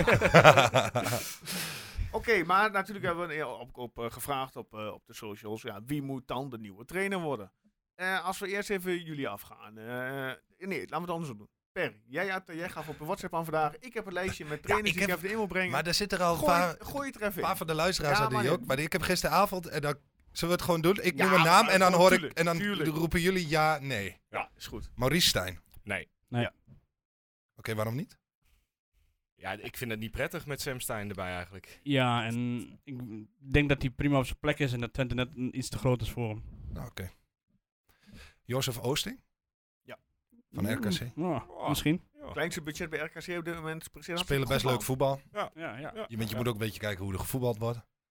Oké, maar natuurlijk hebben we gevraagd op de socials. Ja, wie moet dan de nieuwe trainer worden? Als we eerst even jullie afgaan. Nee, laten we het andersom doen. Per, jij gaf op een WhatsApp aan vandaag. Ik heb een lijstje met trainers die ik even in wil brengen. Maar er zitten er al gooi het er even in. een paar van de luisteraars Ja, hadden die maar- ook. Maar ik heb gisteravond, en dan zullen we het gewoon doen? Ik Ja, noem een naam maar en dan gewoon hoor ik... tuurlijk, En dan tuurlijk. roepen jullie ja, nee. Ja, is goed. Maurice Stijn. Nee. Oké, waarom niet? Ja, ik vind het niet prettig met Sam Stein erbij eigenlijk. Ja, en ik denk dat hij prima op zijn plek is en dat Twente net iets te groot is voor hem. Nou, oké. Jozef Oosting? Ja. Van RKC. Ja, misschien. Kleinste budget bij RKC op dit moment. Spelen best leuk voetbal. Ja. Je moet ook een beetje kijken hoe er gevoetbald wordt.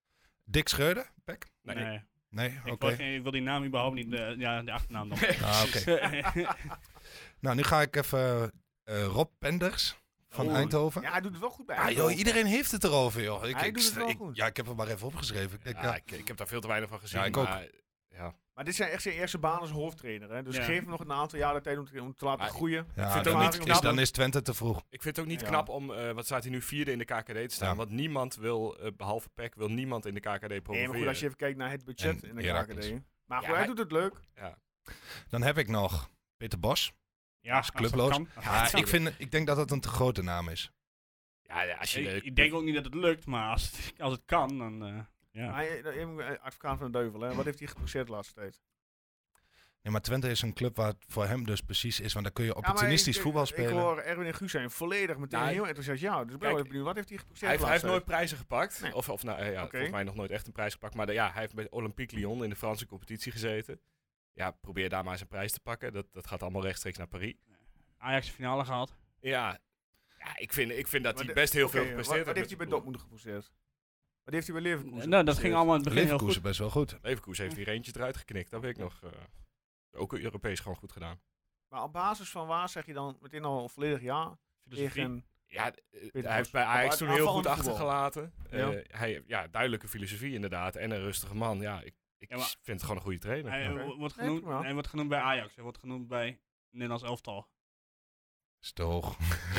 Dick Schreuder, Pek? Nee. Nee, oké. Ik wil die naam überhaupt niet, de achternaam dan. Oké. Nou, nu ga ik even Rob Penders van Eindhoven. Ja, hij doet het wel goed bij. Joh, iedereen heeft het erover, joh. Hij doet het wel goed. Ja, ik heb het maar even opgeschreven. Ik heb daar veel te weinig van gezien. Ja, ik ook. Maar dit zijn echt zijn eerste baan als hoofdtrainer. Hè? Dus geef hem nog een aantal jaren de tijd om te laten groeien. Ja, dan is Twente te vroeg. Ik vind het ook niet knap om, wat staat hij nu, 4e in de KKD te staan. Ja. Want niemand wil, behalve PEC, wil niemand in de KKD promoveren. Nee, maar goed, als je even kijkt naar het budget in de KKD. Maar goed, hij doet het leuk. Ja. Dan heb ik nog Peter Bos. Ja, als clubloos. Ik denk dat het een te grote naam is. Ja, als je ik denk ook niet dat het lukt, maar als het kan, dan... Advocaat van de duivel, hè? Wat heeft hij gepresteerd de laatste tijd? Nee, maar Twente is een club waar het voor hem dus precies is. Want dan kun je opportunistisch voetbal spelen. Ik hoor Erwin en Guus zijn volledig meteen heel enthousiast. Ja, dus ik ben wel benieuwd. Wat heeft hij gepresteerd? Hij heeft nooit prijzen gepakt. Nee. Volgens mij nog nooit echt een prijs gepakt. Maar hij heeft bij Olympique Lyon in de Franse competitie gezeten. Ja, probeer daar maar eens een prijs te pakken. Dat gaat allemaal rechtstreeks naar Paris. Ajax de finale gehaald. Ja, ik vind dat hij best heel veel gepresteerd heeft. Wat heeft hij bij Dortmund gepresteerd? Wat heeft hij bij Leverkusen? Nou, dat ging allemaal in het begin heel goed. Best wel goed. Leverkusen heeft hier eentje eruit geknikt. Dat weet ik nog. Ook Europees gewoon goed gedaan. Maar op basis van waar zeg je dan meteen al volledig ja? Tegen hij heeft bij Ajax toen heel goed achtergelaten. Duidelijke filosofie inderdaad. En een rustige man. Ja, ik vind het gewoon een goede trainer. Hij wordt genoemd bij Ajax. Hij wordt genoemd bij Nederlands elftal. Is te hoog.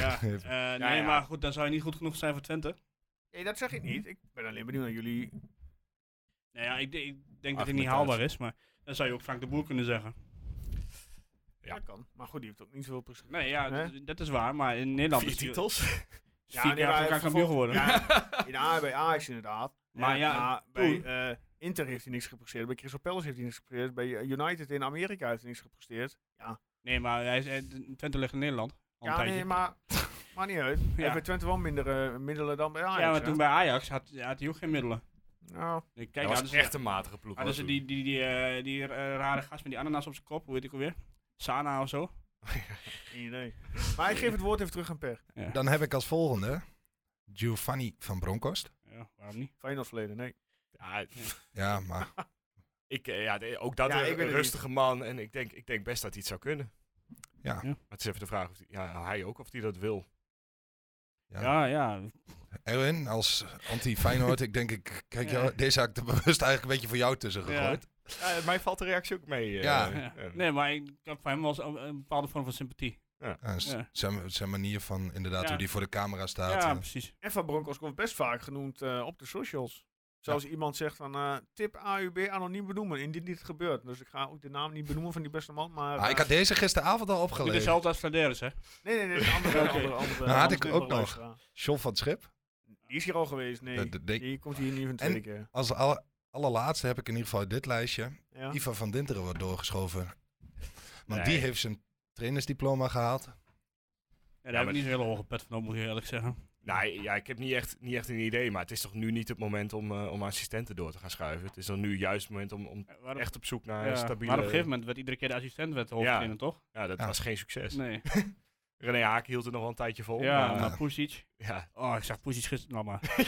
Maar goed, dan zou je niet goed genoeg zijn voor Twente. Nee, dat zeg ik niet. Ik ben alleen benieuwd naar jullie. Nou ja, ik denk dat het niet haalbaar is, maar dan zou je ook Frank de Boer kunnen zeggen. Ja, dat kan. Maar goed, die heeft ook niet zoveel prestaties. Nee, ja, dat is waar. Maar in Nederland 4 titels. 4 keer kampioen geworden. Ja, bij Ajax inderdaad. Maar bij Inter heeft hij niks gepresteerd. Bij Crystal Palace heeft hij niks gepresteerd. Bij United in Amerika heeft hij niks gepresteerd. Ja. Nee, maar Twente ligt in Nederland. Maar maakt niet uit. Hij heeft bij Twente wel minder middelen dan bij Ajax. Ja, maar toen bij Ajax had hij ook geen middelen. Nou, dat was echt een matige ploeg. Hadden ze die rare gast met die ananas op zijn kop, hoe heet ik alweer? Sana of zo? Geen idee. Maar ik geef het woord even terug aan Per. Ja. Dan heb ik als volgende Giovanni van Bronckhorst. Ja, waarom niet? Feyenoord verleden, nee. Ja, maar... ook dat een rustige man. En ik denk best dat hij het zou kunnen. Ja. Maar het is even de vraag of hij ook of hij dat wil. Ja. Erwin, als anti-Feyenoord, deze had ik er bewust eigenlijk een beetje voor jou tussen gegooid. Ja, mij valt de reactie ook mee. Nee, maar ik heb voor hem wel een bepaalde vorm van sympathie. Zijn manier van inderdaad hoe die voor de camera staat. Ja, precies. En Van Bronckhorst wordt best vaak genoemd op de socials. Zoals iemand zegt van tip AUB anoniem benoemen, indien dit gebeurt. Dus ik ga ook de naam niet benoemen van die beste man. Maar ik had deze gisteravond al opgelezen. Dit is altijd als Flederis, hè? Nee, andere. Had ik ook nog. John van het Schip. Die is hier al geweest, nee. Die komt hier niet van tweede keer. Als allerlaatste heb ik in ieder geval dit lijstje. Ivan van Dinteren wordt doorgeschoven. Want die heeft zijn trainersdiploma gehaald. Ja, daar heb ik niet zo'n hele hoge pet van op, moet je eerlijk zeggen. Nee, ik heb niet echt een idee, maar het is toch nu niet het moment om assistenten door te gaan schuiven. Het is dan nu juist het moment om echt op zoek naar stabiele... Maar op een gegeven moment werd iedere keer de assistent hoofdtrainer, toch? Ja, dat was geen succes. Nee. René Haak hield het nog wel een tijdje vol. Ja, maar Pusic. Ja. Oh, ik zag Pusic gisteren. Nou maar.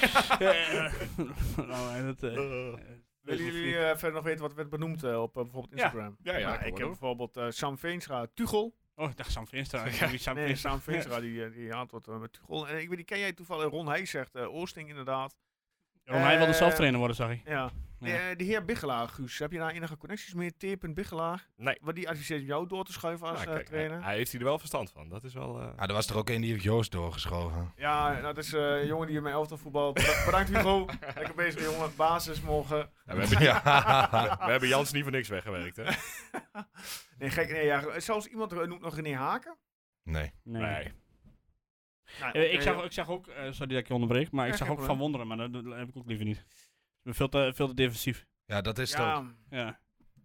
Willen jullie verder nog weten wat werd benoemd op bijvoorbeeld Instagram? Ja, ik heb bijvoorbeeld Sam Veenstra, Tuchel. Oh, ik dacht Sam Veenstra. Sam Veenstra die had wat met Tuchel. En ik weet niet, ken jij toevallig Ron Heijs zegt Oosting inderdaad. Ron Heijs wilde zelf trainer worden, zag ik. Ja. De heer Biggelaar, Guus, heb je daar enige connecties mee? Biggelaar? Nee. Wat die adviseert jou door te schuiven als trainer? Hij heeft hier er wel verstand van, dat is wel... er was er ook een die heeft Joost doorgeschoven. Ja, dat is een jongen die in mijn elftal voetbal. Bedankt Hugo. Lekker bezig jongen, basis morgen. Ja, we hebben Jans niet voor niks weggewerkt, hè? Zelfs iemand noemt nog René Haken? Nee. Nou, ik zag ook, sorry dat ik je onderbreek, maar ik zag ook Van Wonderen, maar dat heb ik ook liever niet. Ik ben veel te defensief. Ja, dat is het ook. Ja.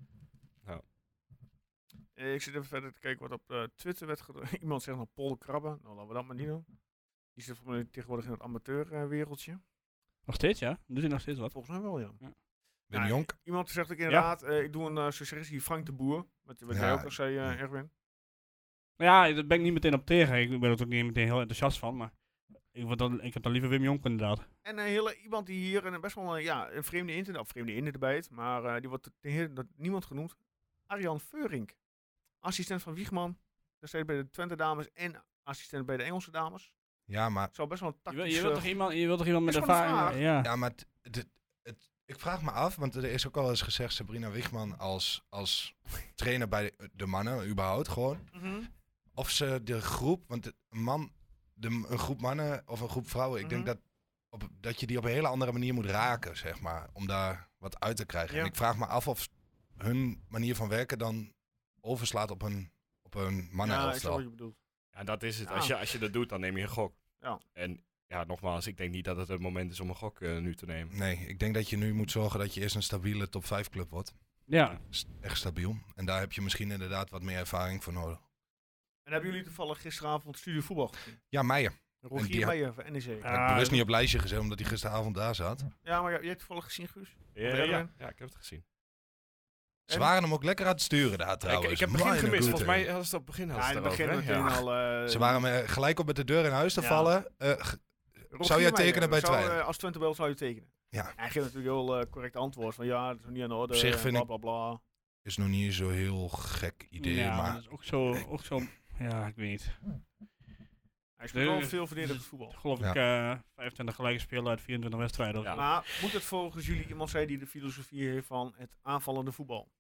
Ik zit even verder te kijken wat op Twitter werd gedaan. Iemand zegt nog Paul Krabbe. Nou, laten we dat maar niet doen. Die zit tegenwoordig in het amateurwereldje. Nog steeds, ja? Doet hij nog steeds wat? Volgens mij wel, ja. Wim Jonk. Iemand zegt ook inderdaad, ik doe een suggestie, Frank de Boer. Wat jij ook al zei, Erwin. Ja, daar ben ik niet meteen op tegen. Ik ben er ook niet meteen heel enthousiast van, maar Ik heb dan liever Wim Jonk inderdaad. En iemand die hier best wel een vreemde internet, of vreemde in erbij heeft, maar die wordt niemand genoemd. Arjan Veurink. Assistent van Wiegman. Destijds bij de Twente dames en assistent bij de Engelse dames. Ja, maar... Het zou best wel een tactisch... Je wilt toch iemand met ervaring? Ja, maar ik vraag me af, want er is ook al eens gezegd, Sabrina Wiegman als trainer bij de mannen, überhaupt gewoon. Mhm. Of ze de groep, want een groep mannen of een groep vrouwen, ik denk dat je die op een hele andere manier moet raken, zeg maar, om daar wat uit te krijgen. Ja. En ik vraag me af of hun manier van werken dan overslaat op een mannenelftal. Ja, ik snap wat je bedoelt. Ja, dat is het. Ja. Als je dat doet, dan neem je een gok. Ja. En ja, nogmaals, ik denk niet dat het moment is om een gok nu te nemen. Nee, ik denk dat je nu moet zorgen dat je eerst een stabiele top 5 club wordt. Ja. Echt stabiel. En daar heb je misschien inderdaad wat meer ervaring voor nodig. En hebben jullie toevallig gisteravond Studio Voetbal gezien? Ja, Meijer. Rogier Meijer van NEC. Ik heb bewust niet op lijstje gezet, omdat hij gisteravond daar zat. Ja, maar jij hebt toevallig gezien, Guus? Ja, ik heb het gezien. Ze waren hem ook lekker aan het sturen daar trouwens. Ik heb het begin gemist. Volgens mij hadden ze dat begin Ja, in het begin meteen al... Ze waren me gelijk op met de deur in huis te vallen. Zou jij tekenen bij Twente? Als Twente belt zou je tekenen. Ja. Hij geeft natuurlijk heel correct antwoord van ja, dat is nog niet aan de orde. Op zich vind bla, ik- bla, bla. Is nog niet zo heel gek idee, Ja, maar... dat is ook zo... Ja, ik weet niet. Hij speelt wel veel verdedigend voetbal. Geloof ik 25 gelijke spelen uit 24 wedstrijden. Ja. Maar moet het volgens jullie iemand zijn die de filosofie heeft van het aanvallende voetbal?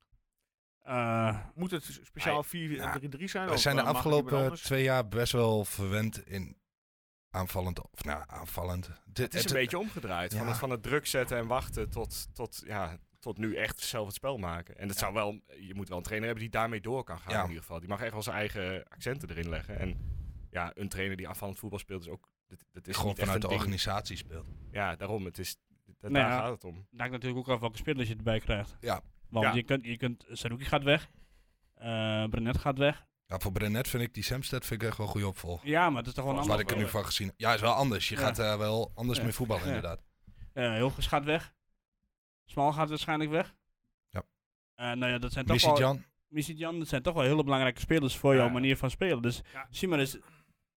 Moet het speciaal 4-3-3 zijn? We of, zijn de mag het afgelopen iemand anders? 2 jaar best wel verwend in aanvallend. Of nou, aanvallend. Het is een beetje omgedraaid. Ja. Van het druk zetten en wachten tot nu echt zelf het spel maken. En dat zou wel, je moet wel een trainer hebben die daarmee door kan gaan Ja. in ieder geval. Die mag echt wel zijn eigen accenten erin leggen. En ja, een trainer die afvallend voetbal speelt is ook... Dat is gewoon niet echt vanuit de een ding. organisatie speelt. Ja, daarom. Het is, Nou daar ja, gaat het om. Dank natuurlijk ook af welke spelers je erbij krijgt. Ja. Want Ja. je kunt Saruki gaat weg. Brenet gaat weg. Ja, voor Brenet vind ik die Samsted echt wel een goede opvolger. Ja, maar het is toch wel een Wat ander. ik er nu van gezien heb. Ja, is wel anders. Je Ja. gaat wel anders Ja. mee voetballen Ja. inderdaad. Hilgers gaat weg. Smal gaat waarschijnlijk weg. Ja. Nou ja, dat zijn toch wel... Missy-Jan. Dat zijn toch wel hele belangrijke spelers voor jouw Ja. manier van spelen. Dus Ja. zie maar eens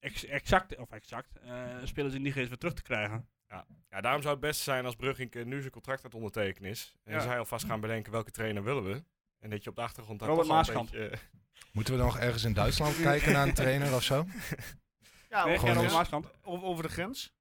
spelers in die geest weer terug te krijgen. Ja, daarom zou het beste zijn als Brugink nu zijn contract aan het ondertekenen is. En Ja. zij alvast gaan bedenken welke trainer willen we. En dat je op de achtergrond daar Robert toch al een Maaskant. beetje... Moeten we nog ergens in Duitsland kijken naar een trainer of zo? Ja, Nee, of- gewoon geen eens- Maaskant. over de grens.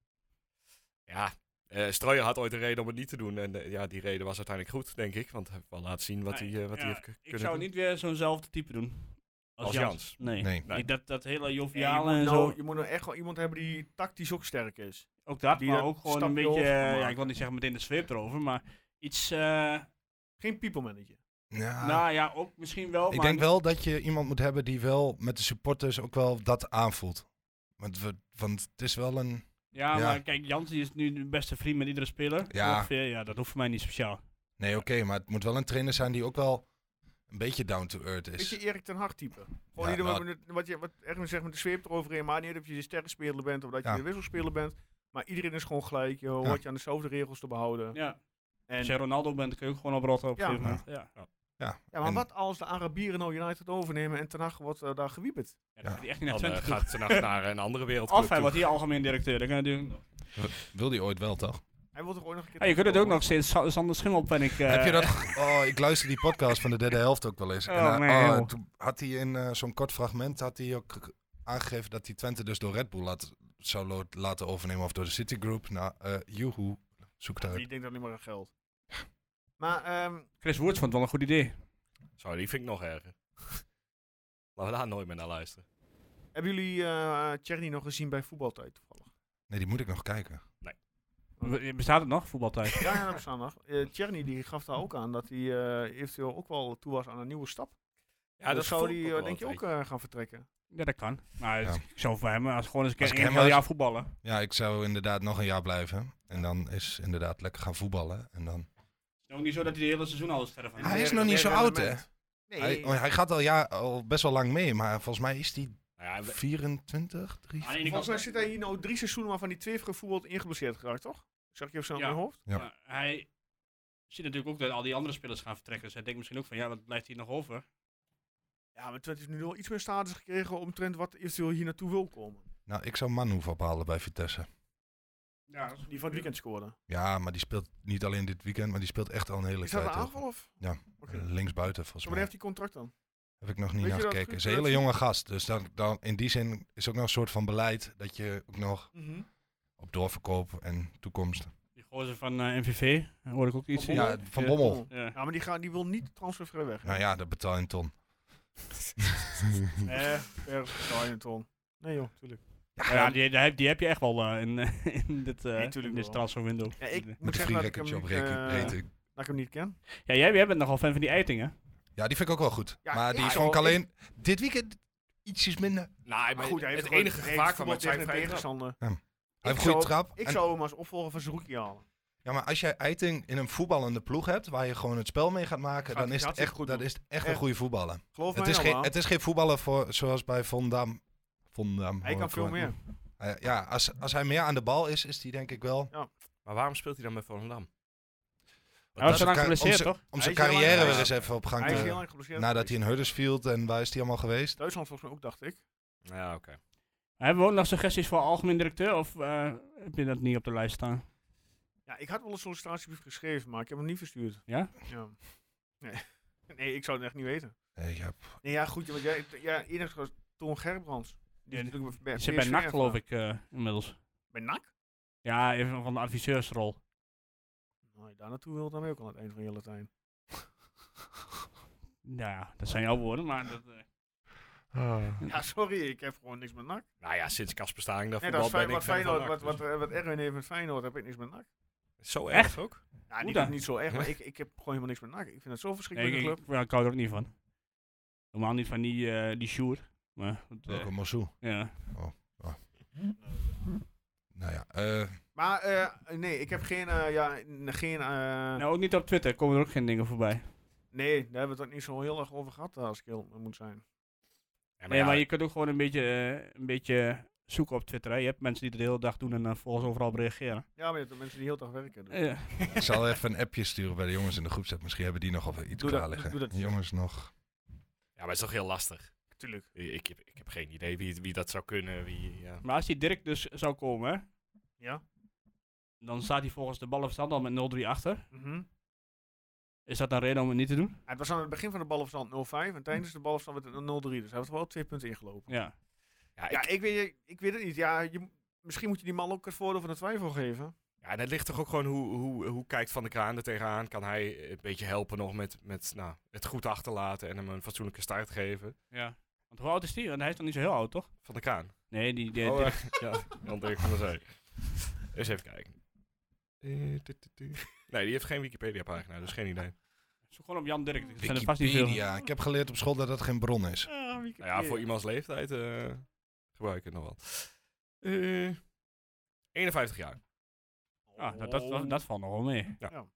Ja, Strooijer had ooit een reden om het niet te doen. En die reden was uiteindelijk goed, denk ik. Want hij heeft wel laten zien wat hij heeft kunnen Ik zou doen. niet weer zo'nzelfde type doen. Als Jans. Nee. Nee. Nee. Dat hele Ja, joviale en zo. je moet nou echt wel iemand hebben die tactisch ook sterk is. Ook dat, die maar dat ook gewoon een stapje beetje... over kan ja, maken. ik wil niet zeggen meteen de zweep erover, maar iets... Geen people manager. Ja. nou ja, ook misschien wel, Ik maar... denk wel dat je iemand moet hebben die wel met de supporters ook wel dat aanvoelt. Want het is wel een... Ja, Ja. maar kijk, Jans die is nu de beste vriend met iedere speler. Ja. Ongeveer. Ja, dat hoeft voor mij niet speciaal. Nee, oké, maar het moet wel een trainer zijn die ook wel een beetje down to earth is. Beetje Erik ten Hag type. Gewoon Ja, niet nou- wat Erwin zegt met de zweep eroverheen, maar niet of je de sterrenspeler bent of dat je Ja. de wisselspeler bent. Maar iedereen is gewoon gelijk, joh. Ja. Hoort je aan dezelfde regels te behouden. Ja. En, Als je Ronaldo bent, kun je ook gewoon op rotten op een Ja. gegeven moment. Ja. Ja, ja, maar en- wat als de Arabieren nou United overnemen en ten Hag wordt daar gewieperd? Ja, dan gaat hij echt niet naar Dan Twente toe. gaat Ten Hag naar een andere wereldclub Of hij toe. wordt hier algemeen directeur. Dan kan hij doen. Wil die ooit wel, toch? Hij wordt er ooit nog een keer... Hey, je kunt het ook nog steeds. Sander Schimmel ben ik... Heb je dat... Oh, ik luister die podcast van de derde helft ook wel eens. Oh, En, nee, joh. toen had hij in zo'n kort fragment had hij ook aangegeven dat hij Twente dus door Red Bull zou laten overnemen of door de Citigroup. Nou, joehoe. Zoek het uit. Die denkt alleen maar aan geld. Maar Chris Woerts vond het wel een goed idee. Zo, die vind ik nog erger. Laten we daar nooit meer naar luisteren. hebben jullie Tjerni nog gezien bij voetbaltijd toevallig? Nee, die moet ik nog kijken. Bestaat het nog, voetbaltijd? Ja, dat bestaat nog. Tjerni die gaf daar ook aan dat hij eventueel ook wel toe was aan een nieuwe stap. Ja, dat zou voel ik hij wel denk je een ook beetje. gaan vertrekken. Ja, dat kan. Maar Ja. ik zou voor hem als gewoon eens Als een ik hem heel was- jaar voetballen. Ja, ik zou inderdaad nog een jaar blijven. En dan is inderdaad lekker gaan voetballen. En dan... Het is ook niet zo dat hij de hele seizoen al is verder van. Hij is nog niet zo oud, hè? Nee, Hij gaat al best wel lang mee, maar volgens mij is hij Nou ja, 24, 3. Aan de ene volgens mij kant- zit hij hier nou 3 seizoenen waarvan die 2 gevoetbald ingeblesseerd geraakt, toch? Zeg ik even zo in Ja. mijn hoofd? Ja. Ja, hij ziet natuurlijk ook dat al die andere spelers gaan vertrekken. Dus hij denkt misschien ook van, ja, wat blijft hier nog over? Ja, maar Twente heeft nu wel iets meer status gekregen omtrent wat eventueel hier naartoe wil komen. Nou, ik zou Manhoef ophalen bij Vitesse. Ja, die van het weekend scoorde. Ja, maar die speelt niet alleen dit weekend, maar die speelt echt al een hele Is dat tijd. een aanval of? Ja, linksbuiten volgens Wanneer mij. heeft hij contract dan? Heb ik nog niet Weet je naar dat gekeken. goed? Het is een hele jonge gast. Dus dan in die zin is ook nog een soort van beleid dat je ook nog op doorverkoop en toekomst. Die gozer van MVV, hoor ik ook iets in. Ja, Van Bommel. Ja. Ja, maar die wil niet transfervrij weg. Nou ja, dat betaal je een ton. Per ton. Nee joh, tuurlijk. Ja, die heb je echt wel in dit tuurlijk wel. transferwindow. Ja, ik Met moet een zeggen dat ik hem free op niet, rating. dat ik hem niet ken. Ja, jij bent nogal fan van die Eiting, hè? Ja, die vind ik ook wel goed. Ja, maar die ja, vond ik joh, alleen dit weekend ietsjes minder. Nou, Maar goed, hij heeft het gewoon- enige hij gevaar heeft kwam voetbal uit zijn tegen een vrije trap. tegenstander. Hij heeft een goede trap. Ik En- zou hem als opvolger van Zerouki halen. Ja, maar als jij Eiting in een voetballende ploeg hebt, waar je gewoon het spel mee gaat maken, Gaat dan hij is het hartstikke echt, goed dat doen. is echt een Echt. goede voetballer. Geloof Het mij is, allemaal. het is geen voetballer voor, zoals bij Von Dam. Hij kan veel meer. Ja, als hij meer aan de bal is hij denk ik wel. Maar waarom speelt hij dan met Volendam? Hij was zo lang om geblesseerd, zijn- toch? Om Hij zijn is heel lang carrière weer geblesseerd. eens even op gang Hij is heel te... lang geblesseerd. Nadat hij in geweest. Huddersfield en waar is hij allemaal geweest? Duitsland volgens mij ook, dacht ik. Ja, oké. Hebben we ook nog suggesties voor algemeen directeur? Of heb je dat niet op de lijst staan? Ja, ik had wel een sollicitatiebrief geschreven, maar ik heb hem niet verstuurd. Ja? Ja. Nee. Nee, ik zou het echt niet weten. Nee, ja, Nee, ja, goed. Want jij eerder was Toon Gerbrands. Die is natuurlijk Die zit bij PSV NAC, geloof ervaren. ik, inmiddels. Bij NAC? Ja, even van de adviseursrol. Nou, daar naartoe wil dan ook aan het eind van je Latijn. Ja, dat zijn jouw woorden, maar dat... Ja, sorry, ik heb gewoon niks met NAC. Nou ja, sinds Kasper Staring dat Nee, dat is voetbal ben wat ik fan van Feyenoord, NAC, wat Erwin heeft met Feyenoord, heb ik niks met NAC. dus- Zo Echt? erg ook? Ja, Hoe niet, dan? niet zo erg, maar ik heb gewoon helemaal niks met NAC. Ik vind het zo Nee, verschrikkelijk club. ik hou er ook niet van. Normaal niet van die Sjoerd. Maar goed, ook een Mosou. ja. Nou ja, Maar nee, ik heb geen Nou, ook niet op Twitter komen er ook geen dingen voorbij. nee, daar hebben we het ook niet zo heel erg over gehad, als ik heel moet zijn. Ja, Nee, maar je kunt ook gewoon een beetje zoeken op Twitter. Hè. Je hebt mensen die het de hele dag doen en dan volgens overal op reageren. Ja, maar je hebt mensen die heel dag werken. Dus. Ja. ik zal even een appje sturen bij de jongens in de groepset. Misschien hebben die nog wel iets Doe dat, klaar liggen. doe dat. Jongens nog. Ja, maar het is toch heel lastig. Tuurlijk. Ik heb geen idee wie dat zou kunnen. Ja. Maar als die Dirk dus zou komen, hè, Ja. dan staat hij volgens de ballenverstand al met 0-3 achter. Mhm. Is dat een reden om het niet te doen? Het was aan het begin van de ballenverstand 0-5 en tijdens de ballenverstand werd het 0-3. Dus hij heeft wel 2 punten ingelopen. Ja. Ja, ik weet het niet. Ja, misschien moet je die man ook het voordeel van de twijfel geven. Ja, en het ligt toch ook gewoon hoe kijkt Van der Kraan er tegenaan. Kan hij een beetje helpen nog met het goed achterlaten en hem een fatsoenlijke start geven? Ja. Want hoe oud is die? Want hij is nog niet zo heel oud, toch? Van der Kraan. Nee, die Oh, Dirk. ja, Jan Dirk van der Zee. Eens even kijken. Nee, die heeft geen Wikipedia-pagina, dus geen idee. Zoek gewoon op Jan Dirk. Er zijn er vast niet veel. Wikipedia. Ik heb geleerd op school dat dat geen bron is. Nou ja, voor iemands leeftijd gebruik ik het nog wel. 51 jaar. Ah, dat valt nog wel mee.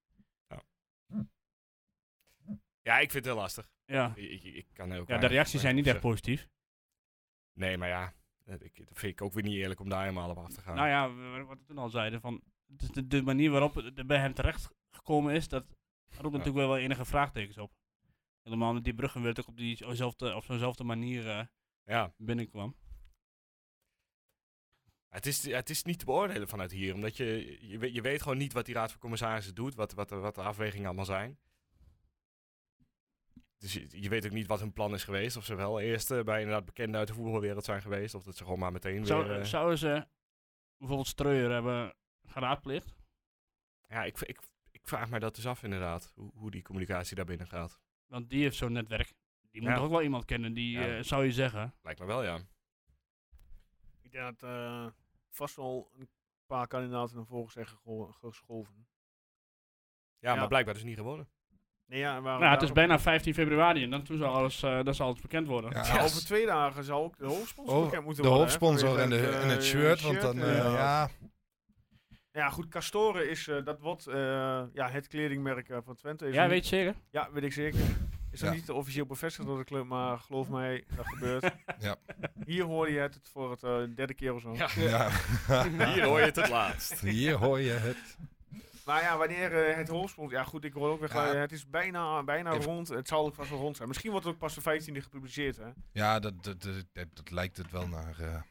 Ja, ik vind het heel lastig. Ja. Ik kan ook Ja, de reacties zijn niet echt zeggen. positief. Nee, maar ja, dat vind ik ook weer niet eerlijk om daar helemaal op af te gaan. Nou ja, wat we toen al zeiden, van de manier waarop het bij hem terecht gekomen is, dat roept natuurlijk wel enige vraagtekens op. Helemaal met die Bruggenweert ook op zo'nzelfde manier binnenkwam. Het is niet te beoordelen vanuit hier, omdat je weet gewoon niet wat die Raad van Commissarissen doet, wat de afwegingen allemaal zijn. Dus je weet ook niet wat hun plan is geweest, of ze wel eerst bij inderdaad bekenden uit de voetbalwereld zijn geweest, of dat ze gewoon maar meteen weer... Zouden ze bijvoorbeeld Streuer hebben geraadpleegd? Ja, ik vraag mij dat dus af inderdaad, hoe die communicatie daar binnen gaat. Want die heeft zo'n netwerk. Die moet Ja. toch ook wel iemand kennen, die zou je zeggen. Lijkt me wel, ja. Ik denk dat vast wel een paar kandidaten naar voren zijn geschoven. Ja, maar blijkbaar dus niet gewonnen. Nee, ja, Nou, het is bijna 15 februari en dan toen zal alles bekend worden. Ja, over 2 dagen zou ook de hoofdsponsor bekend moeten de worden. hoofdsponsor hè, en vanwege het shirt, want dan... ja. Ja, goed, Castoren is, dat wordt het kledingmerk van Twente. Is Ja, er weet niet- je zeker? Ja, weet ik zeker. Is nog niet officieel bevestigd door de club, maar geloof mij, dat gebeurt. Ja. Hier hoor je het voor het derde keer of zo. Ja. Hier hoor je het laatst. Hier hoor je het. Maar ja, wanneer het hoofdsponsor... Ja goed, ik hoor ook weer... Ja. Het is bijna rond. Het zal ook vast wel rond zijn. Misschien wordt het ook pas de 15e gepubliceerd, hè? Ja, dat lijkt het wel naar.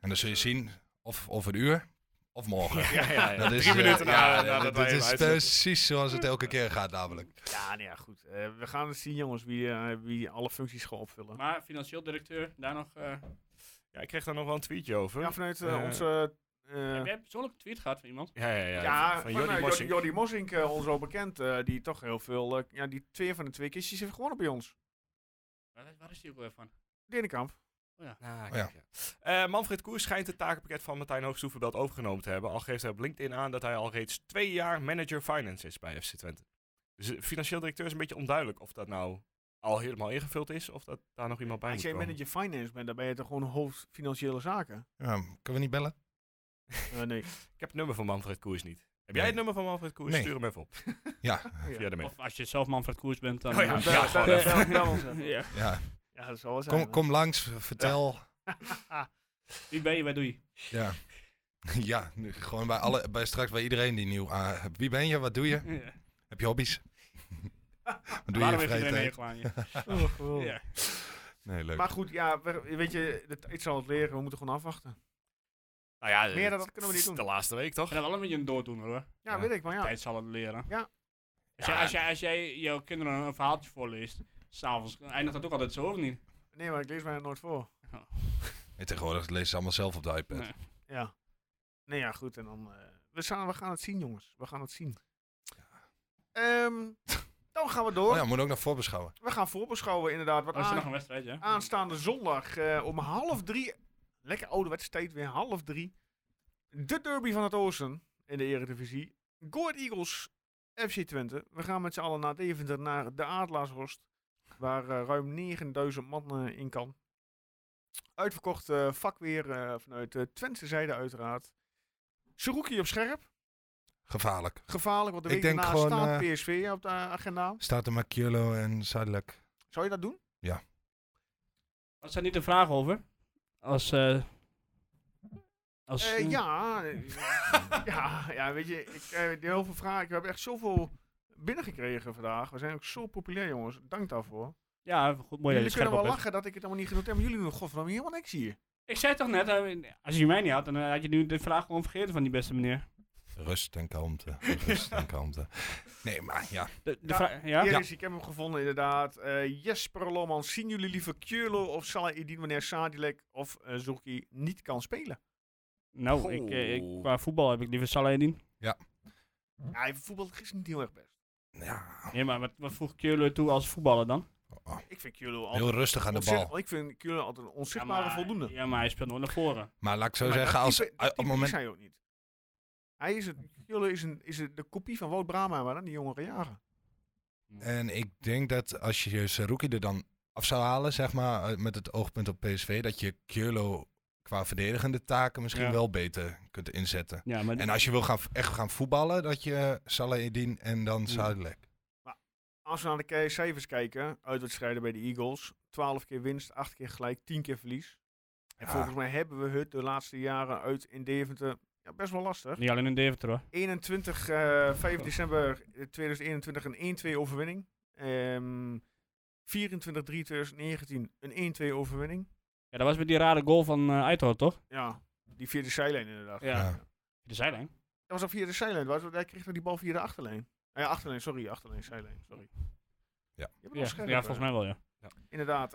En dan zul je zien of over een uur of morgen. Ja. Dat is, 3 minuten nadat dat wij hem is uitzetten. precies zoals het elke keer gaat namelijk. Ja, nou ja, goed. We gaan het zien, jongens, wie alle functies gaat opvullen. Maar financieel directeur, daar nog... Ja, ik kreeg daar nog wel een tweetje over. Ja, vanuit Eh, onze... heb jij persoonlijk een tweet gehad van iemand? Ja, van Jordi Mossink. Jordi Mossink, ons al bekend, die toch heel veel... die 2 van de 2 kistjes heeft gewonnen bij ons. Waar is die ook weer van? Denenkamp. Manfred Koers schijnt het takenpakket van Martijn Hoogstoevenbelt overgenomen te hebben. Al geeft hij op LinkedIn aan dat hij al reeds 2 jaar manager finance is bij FC Twente. Dus de financieel directeur is een beetje onduidelijk of dat nou al helemaal ingevuld is of dat daar nog iemand bij Als moet jij komen. manager finance bent, dan ben je toch gewoon hoofd financiële zaken? Ja, kunnen we niet bellen? Nee. Ik heb het nummer van Manfred Koers niet. Heb jij het nummer van Manfred Koers? Nee. Stuur hem even op. Ja. Via de mail. Of als je zelf Manfred Koers bent, dan... Oh ja, Bel- ja, gewoon bel- even. bel ons even. Ja. Ja. Ja, dat zal wel zijn. Kom langs, vertel. Wie ben je, wat doe je? Ja. Ja, nu gewoon bij straks bij iedereen die nieuw aan. Wie ben je? Wat doe je? Ja. Heb je hobby's? Wat doe je in Waarom je heeft vrije iedereen tijd? meegedaan? Oh, geweldig. Ja. Nee, leuk. Maar goed, ja, weet je, de tijd zal het leren. We moeten gewoon afwachten. Nou ja, Meer dan dat kunnen we niet doen. De laatste week toch? Ik vind dat wel een beetje een dooddoener hoor. Ja, weet ik, maar ja. Tijd zal het leren. Ja. Als jij jouw kinderen een verhaaltje voorleest, s'avonds, eindigt dat ook altijd zo, of niet? Nee, maar ik lees mij het nooit voor. Nee, tegenwoordig lezen ze allemaal zelf op de iPad. Nee. Ja. Nee, ja, goed. En dan... we gaan het zien, jongens. We gaan het zien. Dan gaan we door. Oh ja, moet ook nog voorbeschouwen. We gaan voorbeschouwen, inderdaad. Wat Er is er nog een wedstrijd, ja? aanstaande zondag om 2:30. Lekker ouderwetse tijd weer, 2:30. De derby van het Oosten in de Eredivisie. Go Ahead Eagles, FC Twente. We gaan met z'n allen naar Deventer, naar de Adelaarshorst. Waar ruim 9000 man in kan. Uitverkocht vak weer vanuit de Twentse zijde uiteraard. Seruki op scherp. Gevaarlijk. Gevaarlijk, want de Ik week denk daarna gewoon, staat PSV op de agenda. Staat er Makielo en Sadilek. Zou je dat doen? Was daar niet een vraag over? Ja, weet je, ik heb heel veel vragen. Ik heb echt zoveel binnengekregen vandaag. We zijn ook zo populair, jongens. Dank daarvoor. ja, goed, mooi dat Jullie je kunnen scherp wel op bent. lachen dat ik het allemaal niet genoemd heb, maar jullie doen godverdomme helemaal niks hier. Ik zei toch net, als je mij niet had, dan had je nu de vraag gewoon vergeten van die beste meneer. Rust en kalmte. Rust en kalmte. Nee, maar ja. Ja? Hier is, ik heb hem gevonden inderdaad. Jesper Lohman, zien jullie liever Keulen of Salahedin wanneer Sadilek of Zorki niet kan spelen? Nou, qua voetbal heb ik liever Salahedin. Ja, voetbal is niet heel erg best. Ja. Nee, maar wat voegt Keulen toe als voetballer dan? Ik vind Keulen altijd... Heel rustig aan de bal. Ik vind Keulen altijd een onzichtbare voldoende. Ja, maar hij speelt nooit naar voren. Maar laat ik zo Maar zeggen, dat als type- dat op het type moment... is hij ook niet. Keulen is de kopie van Wout Brama, maar dan die jongere jaren. En ik denk dat als je Seruki er dan af zou halen, zeg maar, met het oogpunt op PSV, dat je Keulen qua verdedigende taken misschien wel beter kunt inzetten. Ja, maar En als je wil echt gaan voetballen, dat je Salahedin en dan Sadilek. Als we naar de cijfers kijken, uitwedstrijden bij de Eagles. 12 keer winst, 8 keer gelijk, 10 keer verlies. En volgens mij hebben we het de laatste jaren uit in Deventer best wel lastig. niet alleen in Deventer hoor. 5 december 2021 een 1-2 overwinning. 24-3-2019 een 1-2 overwinning. Ja, dat was met die rare goal van Eitor, toch? Ja, die via de zijlijn inderdaad. Ja. De zijlijn. Dat was al via de zijlijn. Hij kreeg die bal via de achterlijn. Achterlijn, zijlijn, sorry. Ja. Je bent wel scherp, Volgens mij wel, ja. Inderdaad.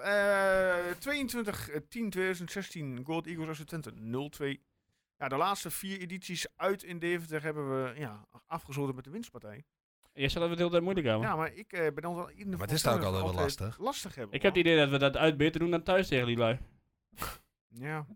22-10-2016 Gold Eagles FC Twente 0-2. Ja, de laatste 4 edities uit in Deventer hebben we afgesloten met de winstpartij. Je zegt dat we het heel tijd moeilijk hebben. Ja, maar ik ben dan wel in de Maar het is daar ook altijd wel lastig. Lastig hebben. Ik heb het idee dat we dat uit beter doen dan thuis tegen die lui. Ja.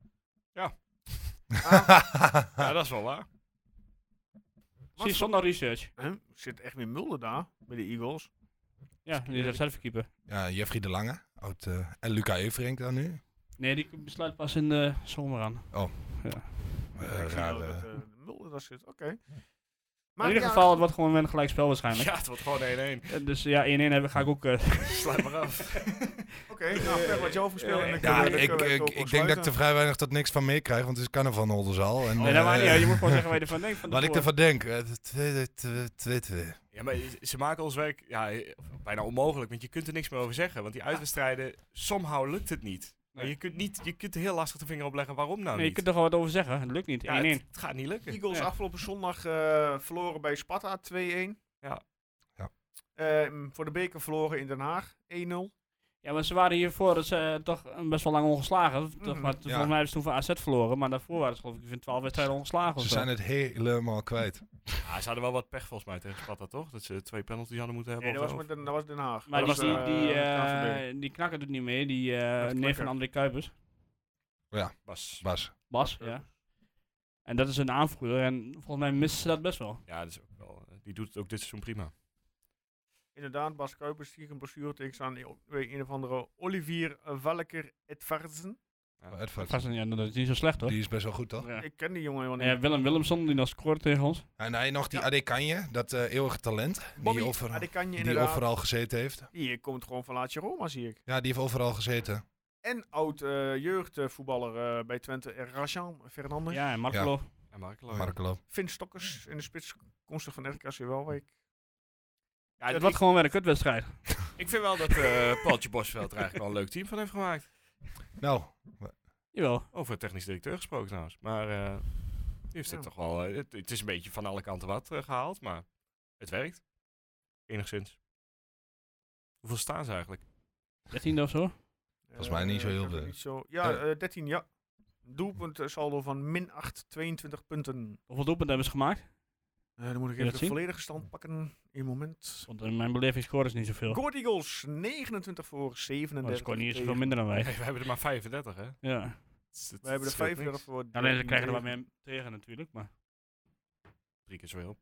Ja, dat is wel waar. Zie zonder research. Zit echt weer Mulder daar bij de Eagles? Ja, die is zelfkeeper. Ja, Jeffrey de Lange. En Luca Everink dan nu. Nee, die besluit pas in de zomer aan. Oh. Ja. Mulder daar zit, oké. In ieder geval, het wordt gewoon een gelijk spel waarschijnlijk. Ja, het wordt gewoon 1-1. Dus ja, 1-1 ga ik ook... Sluit maar af. Oké, nou, wat jou verspeelt. Ik denk dat ik er vrij weinig tot niks van meekrijg, want het is carnaval in Oldenzaal. En, nee, dat maakt niet uit. Je moet gewoon zeggen wat je ervan denkt. Wat ik ervan denk. 2-2. Ja, maar ze maken ons werk bijna onmogelijk, want je kunt er niks meer over zeggen. Want die uitwedstrijden, somehow lukt het niet. Maar je kunt heel lastig de vinger opleggen waarom nou Nee, je niet. kunt er gewoon wat over zeggen. Het lukt niet. 1-1. Ja, het gaat niet lukken. Eagles Ja. afgelopen zondag verloren bij Sparta 2-1. Ja. Voor de beker verloren in Den Haag 1-0. Ja, maar ze waren hiervoor toch best wel lang ongeslagen. Toch, Mhm. maar volgens mij hebben ze toen van AZ verloren. Maar daarvoor waren ze geloof ik 12 wedstrijden ongeslagen. Of Ze zo. zijn het helemaal kwijt. Ja, ze hadden wel wat pech volgens mij tegen Sparta, toch? Dat ze 2 penalties hadden moeten hebben. Nee, of dat zo. was Den Haag. Maar dat die, was, KNVB. die knakker doet niet mee. Die neef Knakker. van André Kuipers. Bas. Bas, ja. En dat is een aanvoerder. En volgens mij missen ze dat best wel. Ja, dat is ook wel, die doet het ook dit seizoen prima. Inderdaad, Bas Kuipers die een blessure tegen een of andere Olivier Valker Edvarsen. Ja, dat is niet zo slecht hoor. Die is best wel goed, toch? Ja. Ik ken die jongen helemaal Ja, niet. Willem Willemson die dan scoort tegen ons. En hij nog die Ja. Adekanje, dat eeuwige talent. Bobby Die, Adekanje die inderdaad. overal gezeten heeft. Die komt gewoon van Lazio Roma, zie ik. Ja, die heeft overal gezeten. En oud jeugdvoetballer bij Twente, Rajan Fernandes. Ja, en Markelo. En Markelo. Markelo. Finn Stokkers in de spits, komstig van RKC Waalwijk. Ja, Het wordt gewoon weer een kutwedstrijd. Ik vind wel dat Paultje Bosveld er eigenlijk wel een leuk team van heeft gemaakt. Nou, Jawel. Over technisch directeur gesproken trouwens. Maar die heeft het toch wel... het is een beetje van alle kanten wat gehaald, maar het werkt. Enigszins. Hoeveel staan ze eigenlijk? 13e of zo? Volgens mij niet zo heel ik heb veel. niet zo. Ja, 13, ja. Doelpunt saldo van -8, 22 punten. Hoeveel doelpunten hebben ze gemaakt? Dan moet ik je even dat de zien? volledige stand pakken. In moment. Want in mijn beleving scoren ze niet zoveel. Goat Eagles, 29 voor 37. Maar ze scoren niet eens tegen. zoveel minder dan wij. We hebben er maar 35, hè? Ja. We hebben er 35 voor. Alleen ze krijgen er wat 13 meer tegen natuurlijk. Maar. 3 keer zoveel.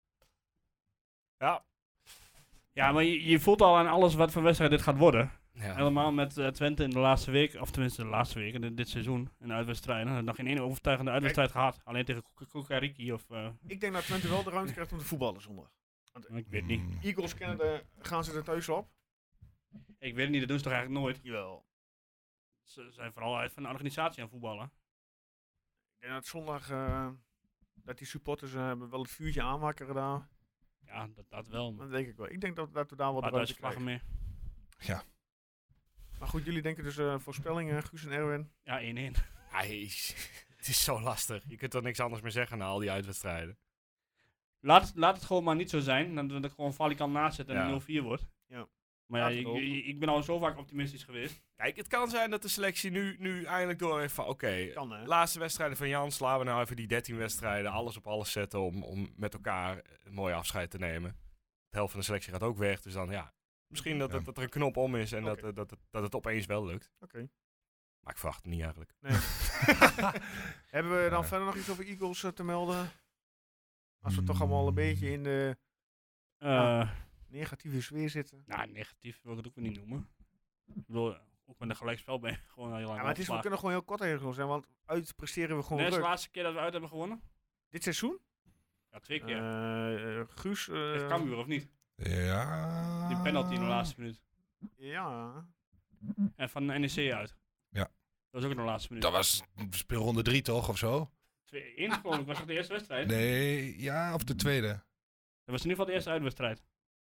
Ja. Ja, maar je voelt al aan alles wat voor wedstrijd dit gaat worden. Ja. Helemaal met Twente in de laatste week, of tenminste de laatste week, dit seizoen, in de uitwedstrijden. We hebben nog geen ene overtuigende uitwedstrijd gehad. Alleen tegen Kukariki of... Ik denk dat Twente wel de ruimte krijgt om te voetballen zondag. ik weet niet. Eagles gaan ze er thuis op? Ik weet het niet, dat doen ze toch eigenlijk nooit? Jawel. Ze zijn vooral uit van de organisatie aan voetballen. Ik denk dat zondag dat die supporters wel het vuurtje aanwakkeren daar. Ja, dat wel. Maar Dat denk ik wel. Ik denk dat we daar wat daar ruimte is vlaggen krijgen. meer. Maar goed, jullie denken dus voorspellingen, Guus en Erwin. Ja, 1-1. Het is zo lastig. Je kunt er niks anders meer zeggen na al die uitwedstrijden. Laat het gewoon maar niet zo zijn. Dat er gewoon Valikant naast zit en Ja. een 0-4 wordt. Ja. Maar ja, Laat het ook. ik ben al zo vaak optimistisch geweest. Kijk, het kan zijn dat de selectie nu eindelijk door heeft van... Oké, Kan hè? laatste wedstrijden van Jan. Laten we nou even die 13 wedstrijden alles op alles zetten om met elkaar een mooi afscheid te nemen. De helft van de selectie gaat ook weg. Dus dan ja, misschien dat er een knop om is en Oké. dat het opeens wel lukt. Oké. Maar ik verwacht het niet eigenlijk. Nee. Hebben we dan Ja. verder nog iets over Eagles te melden? Als we toch allemaal een beetje in de negatieve sfeer zitten. Nou, negatief wil ik het ook weer niet noemen. Ik bedoel, ook met een gelijkspel ben je gewoon al heel lang Ja, maar het is, we afgeslagen. kunnen gewoon heel kort tegen zijn, want uit presteren we gewoon Nee, dat is de druk. laatste keer dat we uit hebben gewonnen. Dit seizoen? Ja, 2 keer. Guus. Tegen Cambuur of niet? Ja. Die penalty in de laatste minuut. Ja. En van de NEC uit. Ja. Dat was ook in de laatste minuut. Dat was speelronde 3 toch, of zo? 2-1 geloof ik. Was dat de eerste wedstrijd? Nee, ja, of de tweede. Dat was in ieder geval de eerste uitwedstrijd.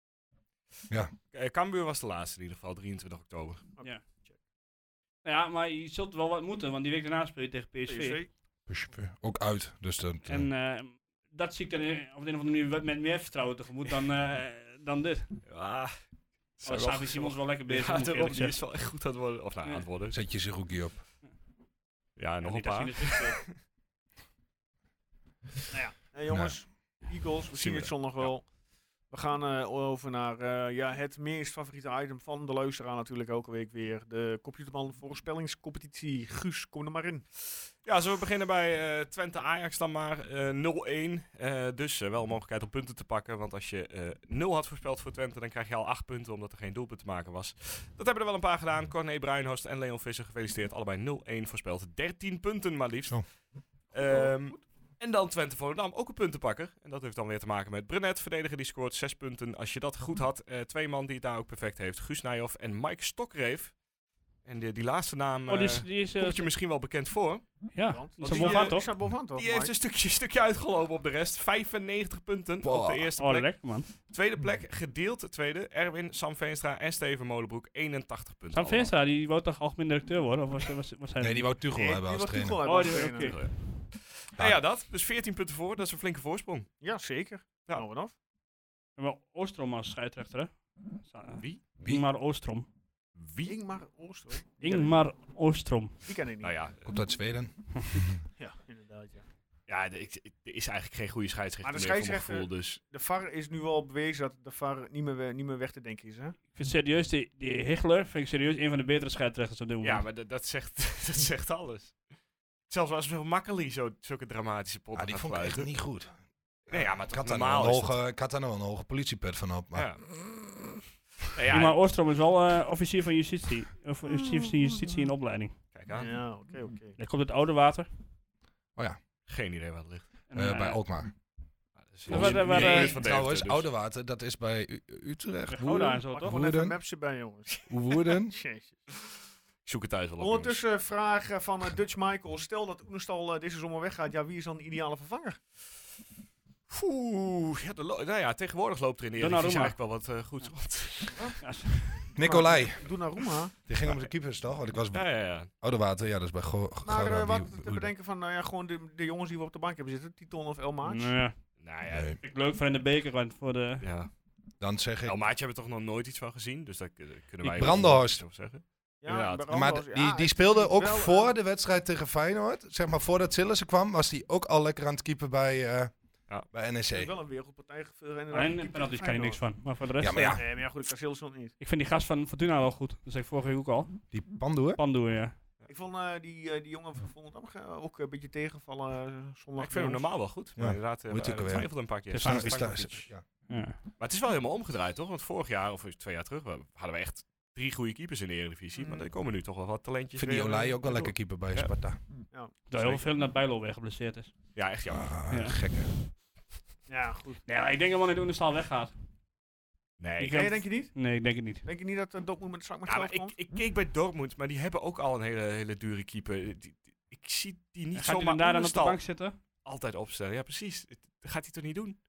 Cambuur was de laatste in ieder geval, 23 oktober. Ja. Nou ja, maar je zult wel wat moeten, want die week daarna speel je tegen PSV. PSV. Ook uit, dus dat... En dat zie ik dan op de een of andere manier met meer vertrouwen tegemoet dan dit. Ja. Oh, Xavi Simons wel lekker bezig. Ja, moet ik daarom, eerlijk die is zeggen. wel echt goed aan het worden. Of nou, aan het worden. Zet je Zerouki op. Ja, nog een Niet als hij paar. in de spits speelt. Nou ja, jongens. Eagles, we zien we het zondag wel. We gaan over naar het meest favoriete item van de luisteraar natuurlijk elke week weer. De Computerman voorspellingscompetitie. Guus, kom er maar in. Ja, zullen we beginnen bij Twente-Ajax dan maar. 0-1. Dus wel een mogelijkheid om punten te pakken. Want als je 0 had voorspeld voor Twente, dan krijg je al 8 punten omdat er geen doelpunt te maken was. Dat hebben er wel een paar gedaan. Corné Bruinhorst en Leon Visser, gefeliciteerd. Allebei 0-1 voorspeld. 13 punten maar liefst. Zo. En dan Twente Volendam, ook een puntenpakker. En dat heeft dan weer te maken met Brenet, verdediger die scoort 6 punten. Als je dat goed had, 2 man die het daar ook perfect heeft. Guus Nijhoff en Mike Stokreef. En die laatste naam die is komt je misschien wel bekend voor. ja, Want die die, is bovenaan, die toch? staat bovenaan, toch? Die heeft Mike? een stukje uitgelopen op de rest. 95 punten op de eerste Oh, plek. lekker, man. Tweede plek, gedeeld tweede. Erwin, Sam Veenstra en Steven Molenbroek. 81 punten. Sam Veenstra, die wou toch algemeen directeur worden? Of was hij Nee, die wou Tuchel Nee, hebben die als was trainer. Tuchel hebben Oh, als die- trainer. oké. Nou ja, dat. Dus 14 punten voor. Dat is een flinke voorsprong. Ja, zeker. Ja. Nou, vanaf. We hebben Oostrom als scheidsrechter, hè? Wie? Ingmar Oostrom. Wie? Ingmar Oostrom. Ingmar Oostrom. Die ken ik niet. Nou ja, Komt uit Zweden. Ja, inderdaad, ja. ja er is eigenlijk geen goede scheidsrechter Maar de meer voor mijn scheidsrechter- gevoel. Dus De VAR is nu al bewezen dat de VAR niet meer weg te denken is, hè? Ik vind serieus, die Hichler vind ik serieus een van de betere scheidsrechters op dit moment. ja, maar dat zegt, dat zegt alles. Zelfs als we makkelijk zulke dramatische potten Ah, die gaat vond ik echt fluiten. niet goed. Nee, ja, maar Ik toch had, daar normaal nou is een dat- hoge, ik had daar nog wel een hoge politiepet van op. Maar Ja. Nou ja, Ingmar Oostrom is wel officier van justitie. Of justitie in opleiding. kijk aan. Ja, oké. Hij komt uit Oudewater. Geen idee waar het ligt. En, bij Alkmaar. Dus Ja, waar- niet waar, in de buurt eh, van Trouwens, Deventer, dus- Oudewater, dat is bij Utrecht. Gouda en zo, Pak toch? gewoon even een Woerden. mapje bij, jongens. Woerden. Jezus. Ik zoek het thuis wel op. Ondertussen vragen van Dutch Michael. Stel dat Oenestal deze zomer weggaat. Ja, wie is dan de ideale vervanger? Oeh, ja, nou ja, tegenwoordig loopt er in de Eredivisie Donnarumma. eigenlijk wel wat goed rond. Nicolai. Donnarumma. Die ging om zijn keepers, toch? Want ik was Ja. Oudewater, ja, dat is bij Maar Gouda. wat te bedenken van, nou ja, gewoon de jongens die we op de bank hebben zitten. Titon of El Maatje. Nou ja, Nou ja, Nee. vind ik leuk voor in de beker, want voor de... ja. Dan zeg ik... Elmaatje hebben we toch nog nooit iets van gezien, dus daar kunnen wij... Brandenhorst. iets over zeggen. Ja, Inderdaad. bij Maar Randers, die ik speelde vind ook wel, voor de wedstrijd tegen Feyenoord. Zeg maar voordat Sillissen kwam, was hij ook al lekker aan het keeper bij hij heeft NEC. wel een wereldpartij geveeld. En penalties kan je niks van. Maar voor de rest... Ja, maar ja. Nee, maar ja, goed, ik kan Silson niet. Ik vind die gast van Fortuna wel goed. Dat zei ik vorige week ook al. Die Pandoer. Pandoer, ja. Ik vond die jongen van Volendam ook een beetje tegenvallen zondag. Ik vind hem normaal wel goed. Maar Ja. inderdaad, Hoe heet hij ook hij alweer? twijfelde een paar keer. Stefanovic. Stefanovic. Ja. Ja. Maar het is wel helemaal omgedraaid, toch? Want vorig jaar, of 2 jaar terug, hadden we echt 3 goede keepers in de Eredivisie. Maar er komen nu toch wel wat talentjes. Ik vind die weer, Olij ook wel door. lekker keeper bij Ja. Sparta. Terwijl heel veel dat Bijlo weer geblesseerd is. Ja, echt jammer. Ja. Gekke. Ja, goed. Nee, maar ik denk dat wanneer Oenestal weggaat. Nee, Ik Nee, heb- denk je niet? Nee, ik denk het niet. Denk je niet dat Dortmund met de zak met ja, geld maar komt? ik keek bij Dortmund, maar die hebben ook al een hele dure keeper. Ik zie die niet Gaat hij zomaar dan daar dan op de Oenestal bank zitten? altijd opstellen. Ja, precies. Dat gaat hij toch niet doen?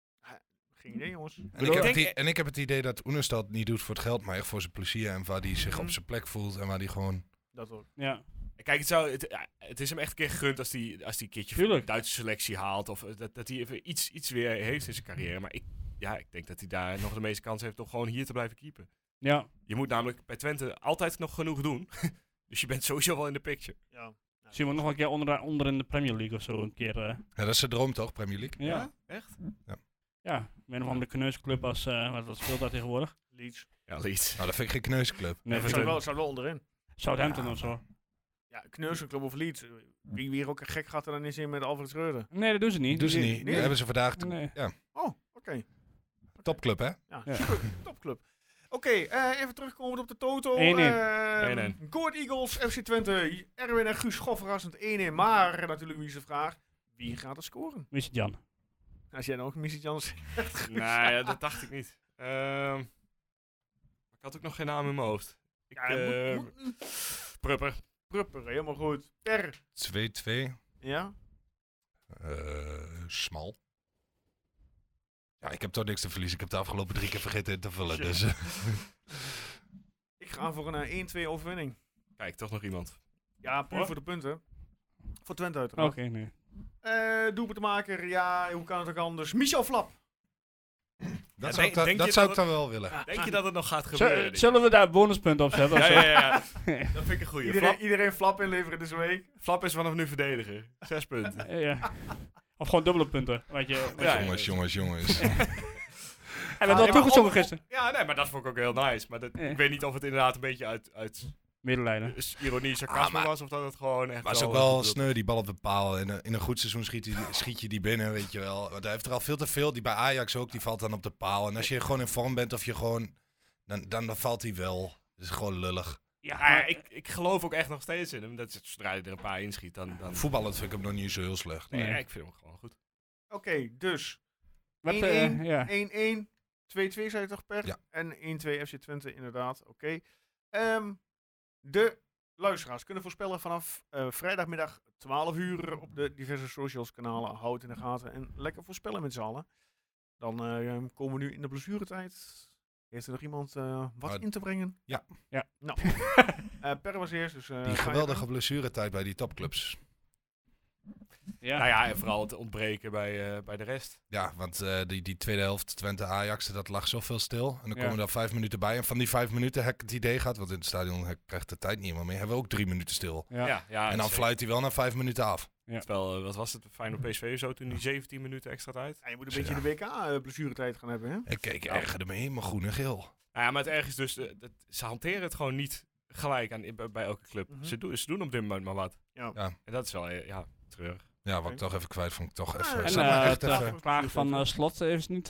Geen idee, jongens. En ik heb het idee dat Oenestal het niet doet voor het geld, maar echt voor zijn plezier. En waar hij zich op zijn plek voelt en waar hij gewoon... Dat ook. Ja. Kijk, het is hem echt een keer gegund als hij een keertje Tuurlijk. Duitse selectie haalt. Of dat hij even iets weer heeft in zijn carrière. Maar ik denk dat hij daar nog de meeste kans heeft om gewoon hier te blijven keepen. Ja. Je moet namelijk bij Twente altijd nog genoeg doen. Dus je bent sowieso wel in de picture. Ja. Zien we nog een keer onder in de Premier League of zo een keer. Ja, dat is zijn droom toch, Premier League? Ja. Echt? Ja. Een of andere kneusclub als... wat speelt daar tegenwoordig? Leeds. Ja, Leeds. Nou, dat vind ik geen kneusclub. Nee, Het staat wel onderin. Southampton of zo. Ja, Kneuzenclub of Leeds. Wie weer ook een gek gaat er dan eens in met Alfred Schreuder. Nee, dat doen ze niet. Doen ze Die- niet. nee. Dat hebben ze vandaag... Nee. Ja, Oh, oké. topclub hè? Ja, Ja. super. Topclub. Oké, even terugkomen op de Toto. 1-1. 1-1. Goord Eagles, FC Twente. Erwin en Guus Schoff verrassend 1-1. Maar natuurlijk wie is de vraag. Wie gaat er scoren? Missie Jan. Als jij nou ook Missie Jans zegt. Nee, ja, dat dacht ik niet. Ik had ook nog geen naam in mijn hoofd. Prupper. Prupper, helemaal goed. Per. 2-2. Ja? Smal. Ja, ik heb toch niks te verliezen. Ik heb de afgelopen 3 keer vergeten in te vullen. Shit. Dus, Ik ga voor een 1-2 overwinning. Kijk, toch nog iemand. Ja, puur Hoor. voor de punten. Voor Twente uiteraard. Oké, nee. Doelpuntenmaker, ja, hoe kan het ook anders? Michel Flap. dat denk- zou, denk dat je zou dat ik dan wel willen. Denk je dat het nog gaat gebeuren? Zullen we daar bonuspunten op zetten? of zo? Ja. Dat vind ik een goeie. Iedereen Flap inleveren deze week. Flap is vanaf nu verdediger. 6 punten. Ja. Of gewoon dubbele punten. Weet je. Ja, Jongens. Hij werd wel toegezongen gisteren. Ja, nee, maar dat vond ik ook heel nice. Maar Ja. ik weet niet of het inderdaad een beetje uit Middenlijnen. ironie, sarcasme maar- was. Of dat het gewoon echt Maar het is ook wel sneu, die bal op de paal. In een goed seizoen schiet je die binnen, weet je wel. Want hij heeft er al veel te veel. Die bij Ajax ook, die valt dan op de paal. En als je gewoon in vorm bent of je gewoon... Dan valt hij wel. Dat is gewoon lullig. Ja, Ja, ik geloof ook echt nog steeds in hem. Dat zodra hij er een paar inschiet, dan... Voetballend vind ik hem nog niet zo heel slecht. Nee, Nee. ik vind hem gewoon goed. Oké, dus 1-1, Wat, 1-1, ja. 2-2 zei je toch per? Ja. En 1-2 FC Twente inderdaad, oké. De luisteraars kunnen voorspellen vanaf vrijdagmiddag 12 uur op de diverse socials kanalen. Houd in de gaten en lekker voorspellen met z'n allen. Dan komen we nu in de blessuretijd. Heeft er nog iemand wat in te brengen? Ja. Nou, Per was eerst. Dus, Die geweldige blessuretijd bij die topclubs. Ja. Nou ja, en vooral het ontbreken bij de rest. Ja, want die tweede helft Twente-Ajax, dat lag zoveel stil. En dan Ja. komen er 5 minuten bij. En van die 5 minuten heb ik het idee gehad, want in het stadion krijgt de tijd niet helemaal meer. Hebben we ook 3 minuten stil. Ja. En dan fluit hij wel na 5 minuten af. Terwijl, wat was het, Feyenoord PSV zo toen die 17 minuten extra tijd? Ja, je moet een beetje de WK-blessuretijd gaan hebben, hè? Ik ergerde me helemaal groen en geel. Nou ja, maar het erg is dus, ze hanteren het gewoon niet gelijk bij elke club. Mhm. Ze doen op dit moment maar wat. Ja. Ja. En dat is wel, treurig. Ja, wat ik toch even kwijt vond. Ik toch even. En, Zet maar echt de even. vraag van Slot is niet...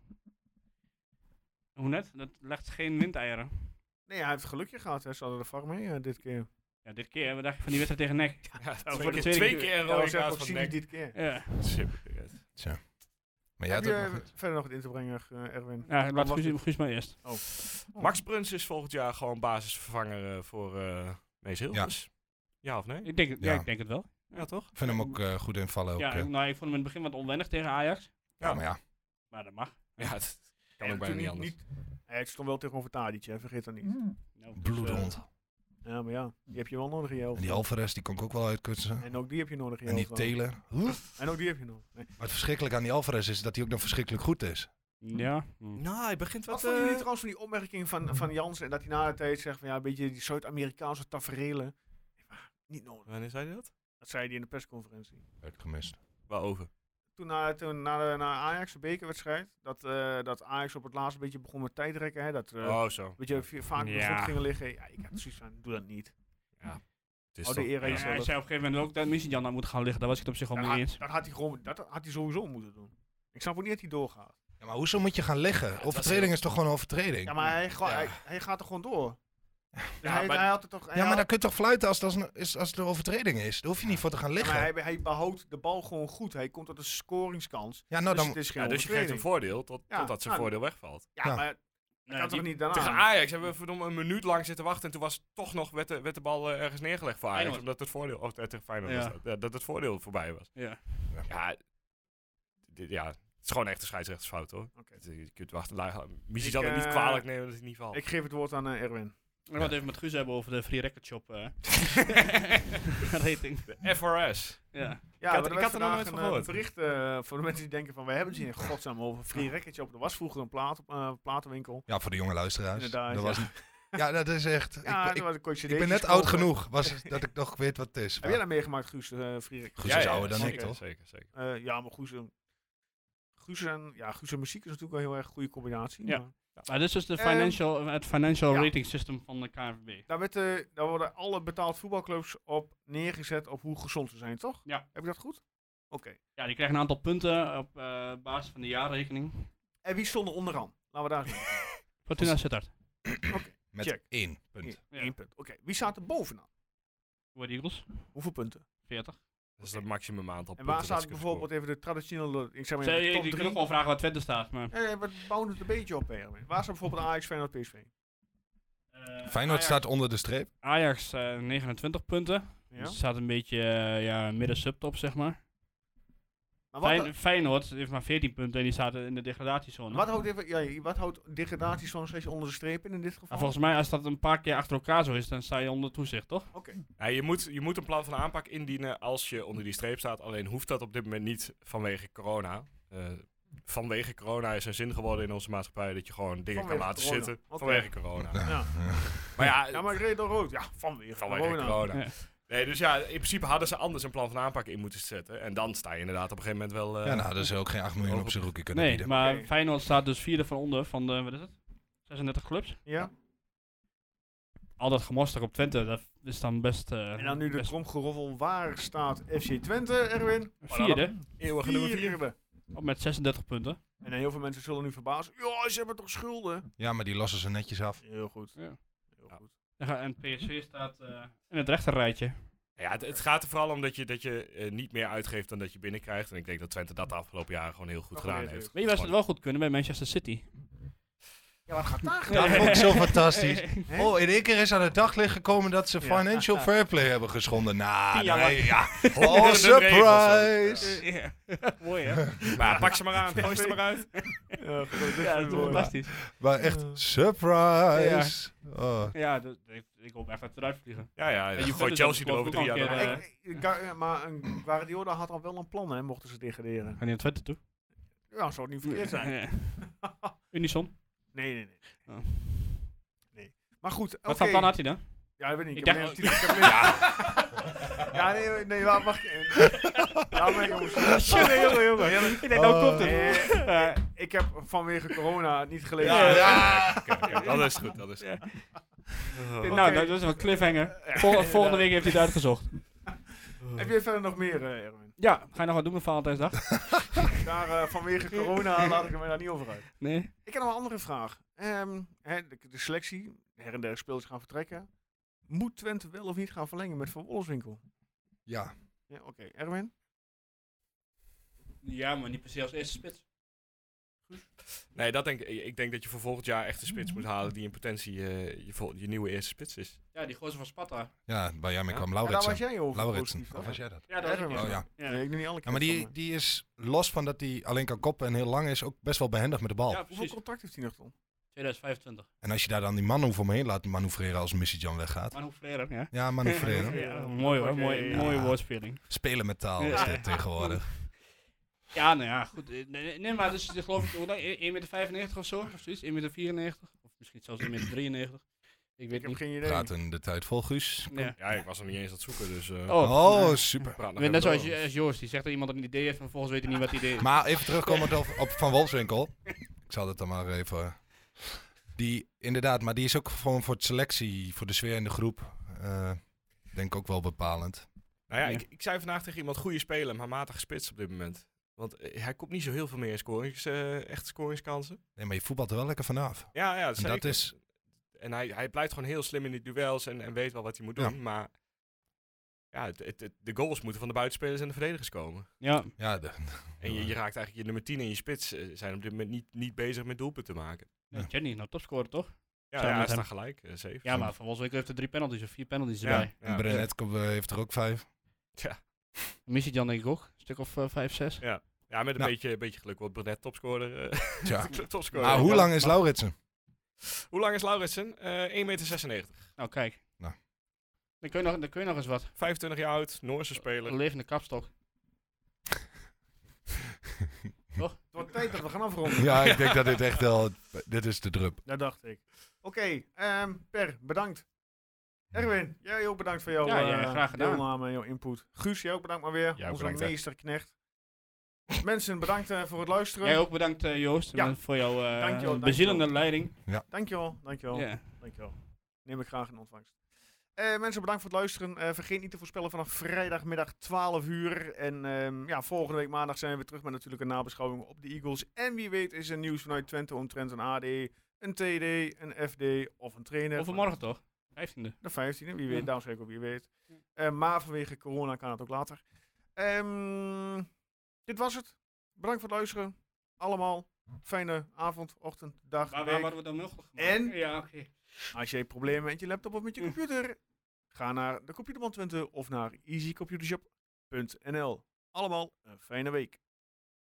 hoe net? Dat legt geen windeieren. Nee, hij heeft gelukje gehad. Hè. Ze hadden er vak mee dit keer. Ja, dit keer. Wat dacht je van die wedstrijd tegen NEC? Ja, voor de twee tweede keer een Ja, rode we zeggen kaart ook van cynisch Nek. dit keer. Ja. Tja. Maar ja, Heb dat je nog goed. verder nog wat in te brengen, Erwin? Ja, laat wacht Guus maar eerst. Max Bruns is volgend jaar gewoon basisvervanger voor Mees Hilgers. Ja of nee? Ik denk, Ja. ik denk het wel. Ja, toch? Ik vind hem ook goed invallen. Ook, Ja, nou, ik vond hem in het begin wat onwennig tegen Ajax. ja, maar ja. Maar dat mag. Ja, het kan En ook bijna toen niet anders. Hij stond wel tegenover Tadic, hè? Vergeet dat niet. Nou, dus, Bloedhond. Ja, maar ja, die heb je wel nodig in je En helft. die Alvarez, die kon ik ook wel uitkutsen. En ook die heb je nodig in je En die helft. wel. Taylor. Huh? En ook die heb je nodig. Nee. Maar het verschrikkelijke aan die Alvarez is dat hij ook nog verschrikkelijk goed is. Ja. Nou, hij begint Wat wat... vonden jullie trouwens van die opmerking van Jansen? En dat hij na de tijd zegt van ja, een beetje die Zuid-Amerikaanse taferelen. Niet nodig. Wanneer zei hij dat? Dat zei hij in de persconferentie. Werd gemist. Waarover? Toen na Ajax, de bekerwedstrijd, dat Ajax op het laatst een beetje begon met tijdrekken. Hè, dat Oh, zo. een beetje vaak op de Ja. grond gingen liggen. Ja, ik had zoiets van, doe dat niet. Het is Oh, de toch- eer aan Hij jezelf. zei op een gegeven moment ook dat Missy-Jan had moeten gaan liggen. Daar was ik het op zich al mee eens. Dat had hij sowieso moeten doen. Ik snap ook niet dat hij doorgaat. Ja, maar hoezo moet je gaan liggen? Overtreding is toch gewoon overtreding? Ja, maar hij gaat er gewoon door. Dus Ja, hij had er toch... Ja, maar dan kun je toch fluiten als het een overtreding is? Daar hoef je niet voor te gaan Ja, liggen. maar hij behoudt de bal gewoon goed. Hij komt tot een scoringskans. Ja, nou Dus dan... het is geen Ja, dus je geeft hem overtreding. voordeel Ja, totdat zijn nou, voordeel wegvalt. Ja, Ja. maar dat kan toch niet Tegen daarna? Ajax hebben we verdomme een minuut lang zitten wachten en toen was toch nog werd de bal ergens neergelegd voor Ajax. Feyenoord. Omdat het voordeel, of tegen Feyenoord Ja. was dat, dat het voordeel voorbij was. Ja. Ja, het is gewoon echt een scheidsrechtersfout hoor. Oké. Je kunt wachten, Missie Ik, zal het niet kwalijk nemen dat hij niet valt. Ik geef het woord aan Erwin. We gaan het even met Guus hebben over de Free Record Shop rating. De FRS. Ja. Ja, had- er ik werd had er nog vandaag nooit van een gehoord. bericht voor de mensen die denken van... wij hebben het hier in godsnaam over Free Record Shop. Er was vroeger een platenwinkel. Ja, voor de jonge luisteraars. Inderdaad, Dat ja. was, ja, dat is echt... Ja, ik, er was een coach ik ben net oud genoeg dat ik nog weet wat het is. Heb jij dat meegemaakt, Guus? Free Record? Guus is ouder dan ik, zeker, toch? Zeker. Ja, maar Guus en muziek is natuurlijk wel heel erg een goede combinatie. Ja. Maar Maar dit is dus de het financial rating system van de KNVB. daar worden alle betaald voetbalclubs op neergezet op hoe gezond ze zijn, toch? Ja. Heb ik dat goed? Oké. Ja, die krijgen een aantal punten op basis van de jaarrekening. En wie stond er onderaan? Laten we daar zien. Fortuna Sittard. Met Check. 1 punt. Ja. 1 punt. Oké. Wie staat er bovenaan? White Eagles, Hoeveel punten? 40. Dat is het maximum aantal En punten. waar dat staat ze kunnen bijvoorbeeld even de traditionele... Ik zeg maar Zij, de top die 3. kunnen ook wel vragen waar Twente staat, maar... We bouwen het een beetje op, Erwin. Waar staat bijvoorbeeld Ajax, Feyenoord, PSV? Feyenoord staat onder de streep. Ajax 29 punten. Ja? Dus staat een beetje midden-subtop, zeg maar. Maar wat, Feyenoord heeft maar 14 punten en die staat in de degradatiezone. wat houdt degradatie zo'n steeds onder de streep in dit geval? Maar volgens mij, als dat een paar keer achter elkaar zo is, dan sta je onder toezicht, toch? Oké. Ja, je moet een plan van aanpak indienen als je onder die streep staat. Alleen hoeft dat op dit moment niet vanwege corona. Vanwege corona is een zin geworden in onze maatschappij dat je gewoon dingen Vanwege kan laten corona. zitten. Oké. Vanwege corona. Ja. Maar ja, Ja, maar ik reed door rood. Ja, vanwege corona. Ja. Nee, dus ja, in principe hadden ze anders een plan van aanpak in moeten zetten. En dan sta je inderdaad op een gegeven moment wel... Ja, nou, hadden ze ook geen 8 miljoen op zijn rookie kunnen Nee, bieden. maar Oké. Feyenoord staat dus vierde van onder van de, wat is het? 36 clubs. Ja. Al dat gemostig op Twente, dat is dan best... En dan nu de best tromgeroffel. Waar staat FC Twente, Erwin? vierde, Eeuwige nummer 4. Vierde. op met 36 punten. En heel veel mensen zullen nu verbazen. Ja, ze hebben toch schulden? Ja, maar die lossen ze netjes af. Heel goed. Ja. Heel goed. En PSV staat in het rechterrijtje. Ja, het gaat er vooral om dat je niet meer uitgeeft dan dat je binnenkrijgt. En ik denk dat Twente dat de afgelopen jaren gewoon heel goed Dat gedaan weet heeft. ik. Weet je waar ze het wel goed kunnen? Bij Manchester City. Ja, wat gaat daar Dat vond ik zo fantastisch. Hè? Oh, in één keer is aan het daglicht gekomen dat ze financial fair play hebben geschonden. Nou, 10 jaar nee, ja. De Oh, regels surprise! Ja. Mooi, hè? Maar pak ze maar aan, gooi ze er maar uit. Ja, Ja, dat is fantastisch. Maar echt, surprise! Oh. Ja, ik hoop echt dat ze eruit vliegen. Ja, je gooi Chelsea er over 3 jaar keer, doorheen. Maar een Guardiola had al wel een plan, hè, mochten ze degraderen. Ga je naar Twente toe? Ja, zou het niet verkeerd zijn. Unison? Nee. Oh. Nee. Maar goed, oké. Wat voor plan had hij dan? Ja, dat weet ik niet. Ik Ik dacht- heb alleen- Ja, nee, wacht. Ja, maar jongens. Jongen. Ik denk, nou komt het. Ik heb vanwege corona niet gelezen. Kijk, dat is goed, dat is goed. Nou, dat is een cliffhanger. Volgende week heeft hij het uitgezocht. Heb je verder nog meer, Erwin? Ja, ga je nog wat doen met Valentijnsdag? Daar, vanwege corona laat ik er me daar niet over uit. Nee? Ik heb nog een andere vraag. De selectie, her en der spelers gaan vertrekken. Moet Twente wel of niet gaan verlengen met Van Wolfswinkel? Ja. Ja, oké. Erwin? Ja, maar niet per se als eerste spits. Nee, ik denk dat je voor volgend jaar echt een spits moet halen die in potentie je nieuwe eerste spits is. Ja, die gozer van Sparta. Ja, bij jou kwam Ja, daar Lauritsen. was jij over. Lauritsen. positief, Of was jij dat? Ja, dat Erwin is was Oh, dat. ja. Nee, ik doe niet alle Ja, maar die is, los van dat hij alleen kan koppen en heel lang is, ook best wel behendig met de bal. Ja, Hoeveel precies. contract heeft hij nog dan? 2025. En als je daar dan die man omheen laat manoeuvreren als Missy-Jan weggaat. Manoeuvreren, ja. Ja, manoeuvreren. Ja, mooi hoor, mooie woordspeling. Spelen met taal is dit tegenwoordig. Ja, nou ja, goed. Nee, maar dus geloof ik, 1,95 meter of zo, of zoiets, 1,94 meter. Of misschien zelfs 1,93 meter. Ik weet Ik heb niet. geen idee. Praten de tijd vol, Guus. Ja. Ja, ik was nog niet eens aan het zoeken, dus... Oh, super. praat nog Net even zoals door. als Joost, die zegt dat iemand een idee heeft en vervolgens weet hij niet wat het idee is. Maar even terugkomen op Van Wolfswinkel. Ik zal het dan maar even... Die, inderdaad, maar die is ook gewoon voor de selectie, voor de sfeer in de groep, denk ik ook wel bepalend. Nou ja, Ja. ik zei vandaag tegen iemand, goede speler, maar matige spits op dit moment. Want hij komt niet zo heel veel meer in echte scoringskansen. Nee, maar je voetbalt er wel lekker vanaf. Ja, En zeker. dat is... En hij blijft gewoon heel slim in die duels en weet wel wat hij moet doen. Ja. Maar ja, de goals moeten van de buitenspelers en de verdedigers komen. Ja, Ja, En je raakt eigenlijk je nummer 10 en je spits zijn op dit moment niet bezig met doelpunten te maken. ja. Jenny, nou topscorer toch? Ja, Samen hij met staat hem. gelijk, 7. Ja, maar Van Wolfswinkel heeft er 3 penalties of 4 penalties Ja, erbij. en Brenet heeft er ook 5. Missie Jan denk ik ook, een stuk of 5, 6. Ja, met een Nou. beetje geluk wordt Brenet topscorer. Tja. Topscorer. Maar hoe lang is Lauritsen? Hoe lang is Lauritsen? 1,96 meter. Nou, kijk. Nou. Dan kun je nog eens wat. 25 jaar oud, Noorse speler. Een levende kapstok. Het wordt tijd dat we gaan afronden. Ja, ik denk dat dit echt wel... Dit is de drup. Dat dacht ik. Oké, Per, bedankt. Erwin, jij ook bedankt voor jouw Ja, graag gedaan. deelname en jouw input. Guus, jij ook bedankt maar weer. Jij ook Onze bedankt, hè. meesterknecht. Mensen, bedankt voor het luisteren. Jij ook bedankt Joost Ja. voor jouw Dankjewel. bezielende leiding. Dankjewel. Ja. Dankjewel. Neem ik graag in ontvangst. Mensen, bedankt voor het luisteren. Vergeet niet te voorspellen vanaf vrijdagmiddag 12 uur. En volgende week maandag zijn we weer terug met natuurlijk een nabeschouwing op de Eagles. En wie weet is er nieuws vanuit Twente omtrent een AD, een TD, een FD of een trainer. Overmorgen toch? 15e. De 15e, wie weet. Ja. Daarom zeg ik ook wie weet. Maar vanwege corona kan het ook later. Dit was het. Bedankt voor het luisteren. Allemaal. Fijne avond, ochtend, dag, Waar week. worden we dan mogelijk gemaakt? En? Ja, oké. Als je problemen hebt met je laptop of met je computer, ga naar de Computerman Twente of naar easycomputershop.nl. Allemaal een fijne week.